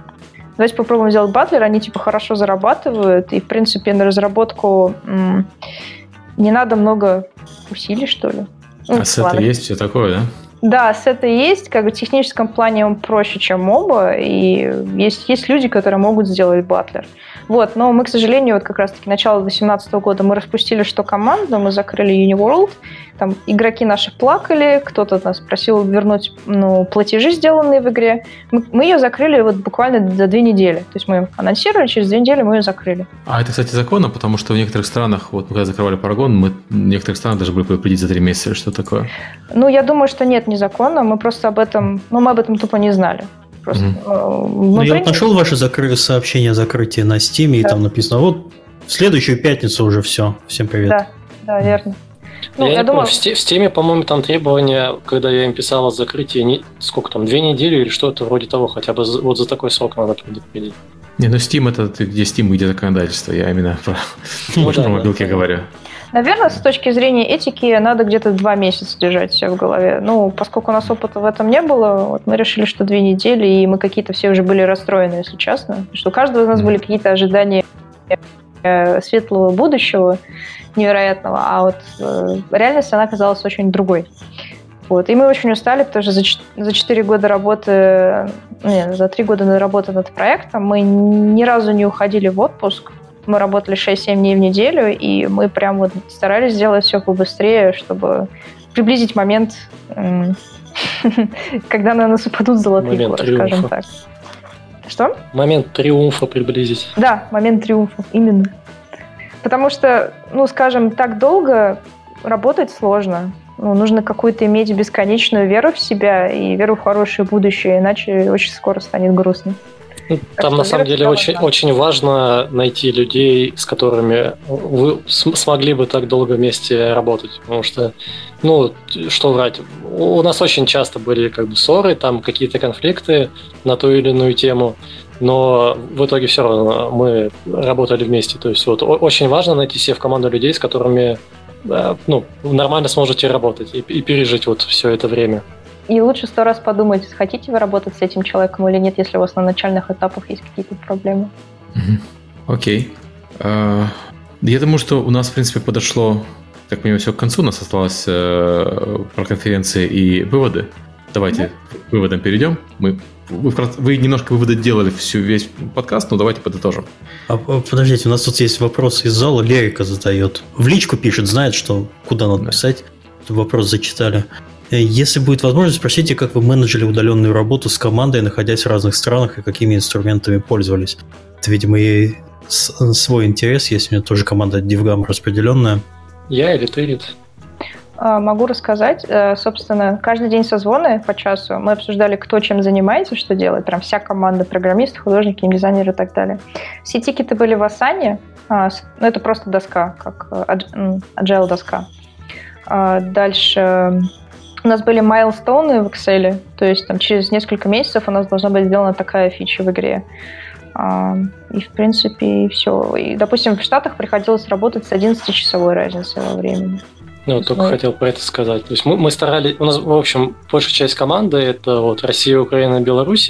Они хорошо зарабатывают, и, в принципе, на разработку не надо много усилий, что ли. Ассеты есть, все такое, да? Да, ассеты есть. В техническом плане он проще, чем моба, и есть люди, которые могут сделать батлер. Вот, но мы, к сожалению, как раз-таки начало 2018 года мы распустили команду, мы закрыли UniWorld, там игроки наши плакали, кто-то нас просил вернуть платежи, сделанные в игре. Мы ее закрыли буквально за 2 недели. То есть мы анонсировали, через 2 недели мы ее закрыли. А это, кстати, законно, потому что в некоторых странах, мы когда закрывали Парагон, в некоторых странах даже были предупредить за 3 месяца или что такое. Я думаю, что нет, незаконно. Мы просто об этом тупо не знали. Я нашел ваше сообщение о закрытии на Steam, и там написано: вот в следующую пятницу уже все. Всем привет. Да, верно. Я думаю, в Steam, по-моему, там требования, когда я им писал о закрытии, 2 недели или что-то вроде того, хотя бы вот за такой срок надо предупредить. Не, ну Steam это где Steam, где законодательство. Я именно про мобилки говорю. Наверное, с точки зрения этики надо где-то 2 месяца держать все в голове. Ну, поскольку у нас опыта в этом не было, вот мы решили, что 2 недели, и мы какие-то все уже были расстроены, если честно. Что у каждого из нас были какие-то ожидания светлого будущего невероятного, а вот реальность, она оказалась очень другой. Вот. И мы очень устали, потому что за 4 года работы, за 3 года работы над проектом мы ни разу не уходили в отпуск. Мы работали 6-7 дней в неделю, и мы прям вот старались сделать все побыстрее, чтобы приблизить момент, когда на нас упадут золотые горы, скажем так. Что? Момент триумфа приблизить. Да, момент триумфа, именно. Потому что, скажем, так долго работать сложно. Нужно какую-то иметь бесконечную веру в себя и веру в хорошее будущее, иначе очень скоро станет грустно. Там на самом деле очень важно найти людей, с которыми вы смогли бы так долго вместе работать. Потому что, что врать, у нас очень часто были ссоры, там какие-то конфликты на ту или иную тему, но в итоге все равно мы работали вместе. То есть очень важно найти себе в команду людей, с которыми нормально сможете работать и пережить все это время. И лучше 100 раз подумать, хотите вы работать с этим человеком или нет, если у вас на начальных этапах есть какие-то проблемы. Окей. Я думаю, что у нас, в принципе, подошло, так понимаю, все к концу. У нас осталось про конференции и выводы. Давайте к выводам перейдем. Вы немножко выводы делали весь подкаст, но давайте подытожим. Подождите, у нас тут есть вопрос из зала. Лерика задает. В личку пишет, знает, что куда надо писать. Вопрос зачитали. Если будет возможность, спросите, как вы менеджили удаленную работу с командой, находясь в разных странах, и какими инструментами пользовались. Это, видимо, и свой интерес, есть у меня тоже команда DevGam распределенная. Я или ты, Рит? Могу рассказать. Собственно, каждый день созвоны по часу. Мы обсуждали, кто чем занимается, что делает. Прям вся команда программистов, художники, дизайнеры и так далее. Все тикеты были в Asana. Это просто доска, как agile доска. Дальше у нас были майлстоуны в Excel. То есть там, через несколько месяцев у нас должна быть сделана такая фича в игре. И, в принципе, все. И, допустим, в Штатах приходилось работать с 11-часовой разницей во времени. Только хотел про это сказать. То есть мы старались... У нас, в общем, большая часть команды — это Россия, Украина, Беларусь.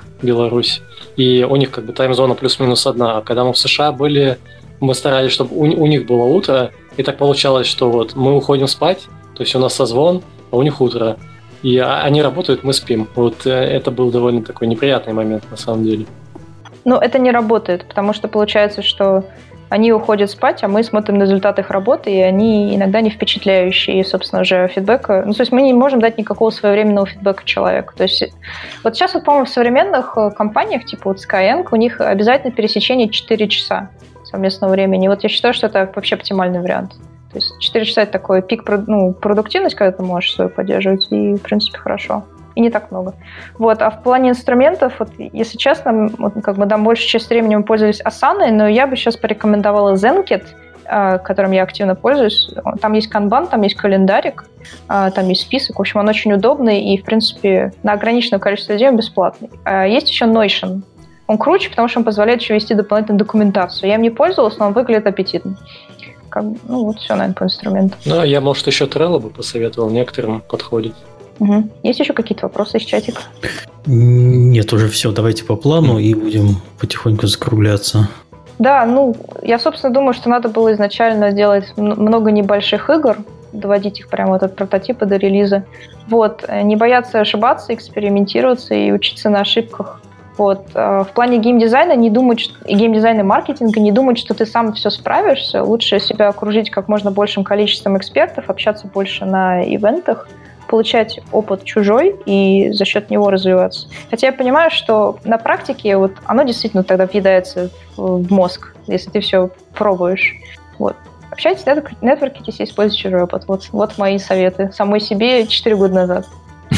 И у них таймзона плюс-минус одна. А когда мы в США были, мы старались, чтобы у них было утро. И так получалось, что мы уходим спать, то есть у нас созвон, а у них утро. И они работают, мы спим. Это был довольно такой неприятный момент, на самом деле. Это не работает, потому что получается, что они уходят спать, а мы смотрим на результат их работы, и они иногда не впечатляющие, и, собственно, уже фидбэка. То есть мы не можем дать никакого своевременного фидбэка человеку. То есть сейчас, по-моему, в современных компаниях, типа Skyeng, у них обязательно пересечение 4 часа совместного времени. Я считаю, что это вообще оптимальный вариант. То есть 4 часа — это такой пик продуктивность, когда ты можешь свою поддерживать, и, в принципе, хорошо. И не так много. А в плане инструментов, если честно, большую часть времени мы пользовались Asana, но я бы сейчас порекомендовала Zenkit, которым я активно пользуюсь. Там есть канбан, там есть календарик, там есть список. В общем, он очень удобный и, в принципе, на ограниченное количество людей он бесплатный. Есть еще Notion. Он круче, потому что он позволяет еще вести дополнительную документацию. Я им не пользовалась, но он выглядит аппетитно. Все, наверное, по инструментам. Я, может, еще Trello бы посоветовал, некоторым подходит. Угу. Есть еще какие-то вопросы из чатика? Нет, уже все. Давайте по плану и будем потихоньку закругляться. Да, я, собственно, думаю, что надо было изначально делать много небольших игр, доводить их прямо от прототипа до релиза. Не бояться ошибаться, экспериментироваться и учиться на ошибках. В плане геймдизайна не думать, и геймдизайна и маркетинга не думать, что ты сам все справишься. Лучше себя окружить как можно большим количеством экспертов, общаться больше на ивентах, получать опыт чужой и за счет него развиваться. Хотя я понимаю, что на практике оно действительно тогда въедается в мозг, если ты все пробуешь. Общайтесь, нетворкитесь и используйте чужой опыт. Вот мои советы самой себе 4 года назад.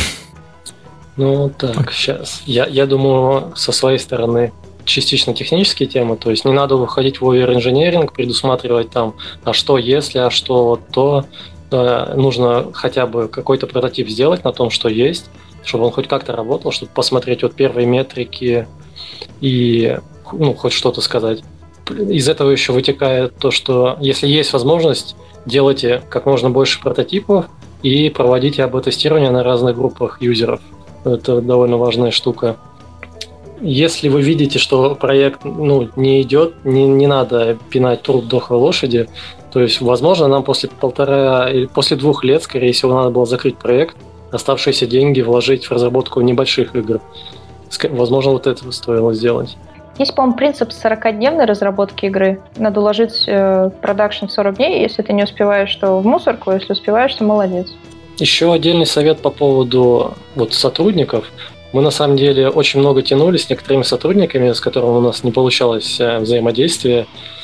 Сейчас. Я думаю, со своей стороны частично технические темы, то есть не надо выходить в овер-инженеринг, предусматривать там, а что если, а что то. Нужно хотя бы какой-то прототип сделать на том, что есть, чтобы он хоть как-то работал, чтобы посмотреть первые метрики и хоть что-то сказать. Из этого еще вытекает то, что если есть возможность, делайте как можно больше прототипов и проводите АБ-тестирование на разных группах юзеров. Это довольно важная штука. Если вы видите, что проект не идет, не надо пинать труп дохлой лошади. То есть, возможно, нам после 1,5 или после 2 лет, скорее всего, надо было закрыть проект, оставшиеся деньги вложить в разработку небольших игр. Возможно, вот это стоило сделать. Есть, по-моему, принцип 40-дневной разработки игры. Надо уложить продакшн в 40 дней. Если ты не успеваешь, то в мусорку. Если успеваешь, то молодец. Еще отдельный совет по поводу сотрудников. Мы, на самом деле, очень много тянули с некоторыми сотрудниками, с которыми у нас не получалось взаимодействие.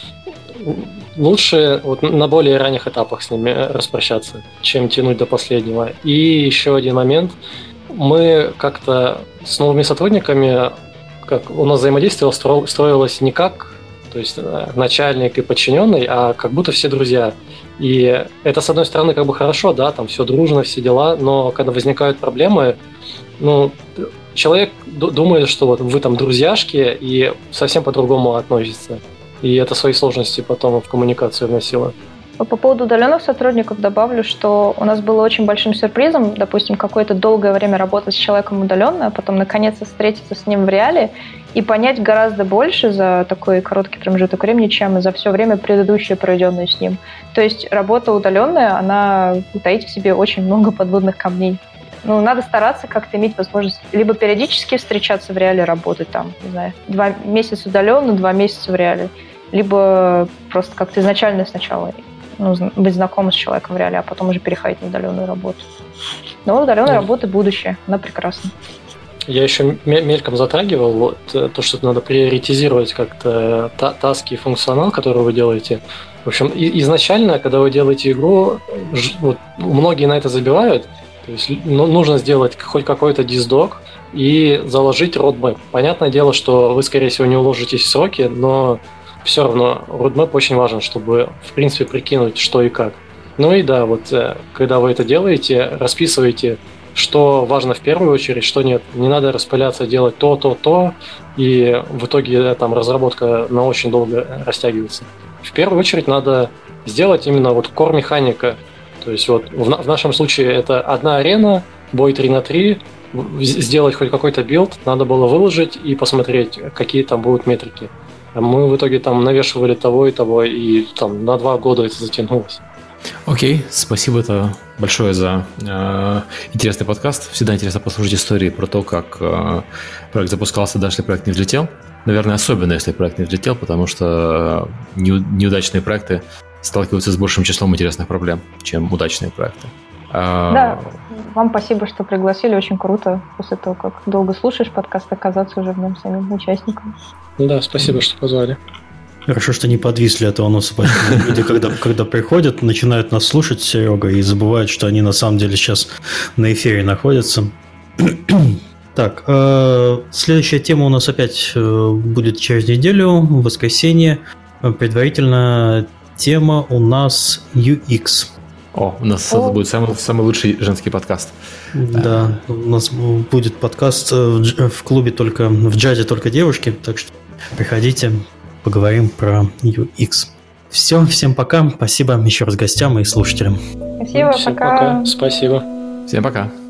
Лучше на более ранних этапах с ними распрощаться, чем тянуть до последнего. И еще один момент. Мы как-то с новыми сотрудниками, у нас взаимодействие строилось не как, то есть начальник и подчиненный, а как будто все друзья. И это, с одной стороны, как бы хорошо, да, там все дружно, все дела, но когда возникают проблемы, человек думает, что вы там друзьяшки, и совсем по-другому относится. И это свои сложности потом в коммуникацию вносило. По поводу удаленных сотрудников добавлю, что у нас было очень большим сюрпризом, допустим, какое-то долгое время работать с человеком удаленно, а потом наконец-то встретиться с ним в реале и понять гораздо больше за такой короткий промежуток времени, чем за все время предыдущее, проведенное с ним. То есть работа удаленная, она таит в себе очень много подводных камней. Надо стараться как-то иметь возможность либо периодически встречаться в реале, работать там, не знаю, 2 месяца удаленно, 2 месяца в реале, либо просто как-то изначально сначала быть знакомым с человеком в реале, а потом уже переходить на удаленную работу. Но удаленная работа – будущее, она прекрасна. Я еще мельком затрагивал то, что надо приоритизировать как-то таски и функционал, который вы делаете. В общем, изначально, когда вы делаете игру, многие на это забивают, то есть нужно сделать хоть какой-то диздок и заложить roadmap. Понятное дело, что вы, скорее всего, не уложитесь в сроки, но все равно roadmap очень важен, чтобы, в принципе, прикинуть, что и как. И да, когда вы это делаете, расписывайте, что важно в первую очередь, что нет. Не надо распыляться, делать то, и в итоге там разработка на очень долго растягивается. В первую очередь надо сделать именно core-механика. То есть в нашем случае это одна арена, бой 3-3, сделать хоть какой-то билд, надо было выложить и посмотреть, какие там будут метрики. Мы в итоге там навешивали того и того, и там на 2 года это затянулось. Окей, спасибо большое за интересный подкаст. Всегда интересно послушать истории про то, как проект запускался, даже если проект не взлетел. Наверное, особенно если проект не взлетел, потому что неудачные проекты сталкиваются с большим числом интересных проблем, чем удачные проекты. Да, вам спасибо, что пригласили. Очень круто после того, как долго слушаешь подкаст, оказаться уже в нем самим участником. Да, спасибо, что позвали. Хорошо, что не подвисли от анонса. Люди, когда приходят, начинают нас слушать, Серега, и забывают, что они на самом деле сейчас на эфире находятся. Так, следующая тема у нас опять будет через неделю, в воскресенье. Предварительно тема у нас UX. У нас будет самый лучший женский подкаст. Да, у нас будет подкаст в клубе только, в джазе только девушки, так что приходите, поговорим про UX. Все, всем пока. Спасибо еще раз гостям и слушателям. Спасибо, пока. Спасибо. Всем пока.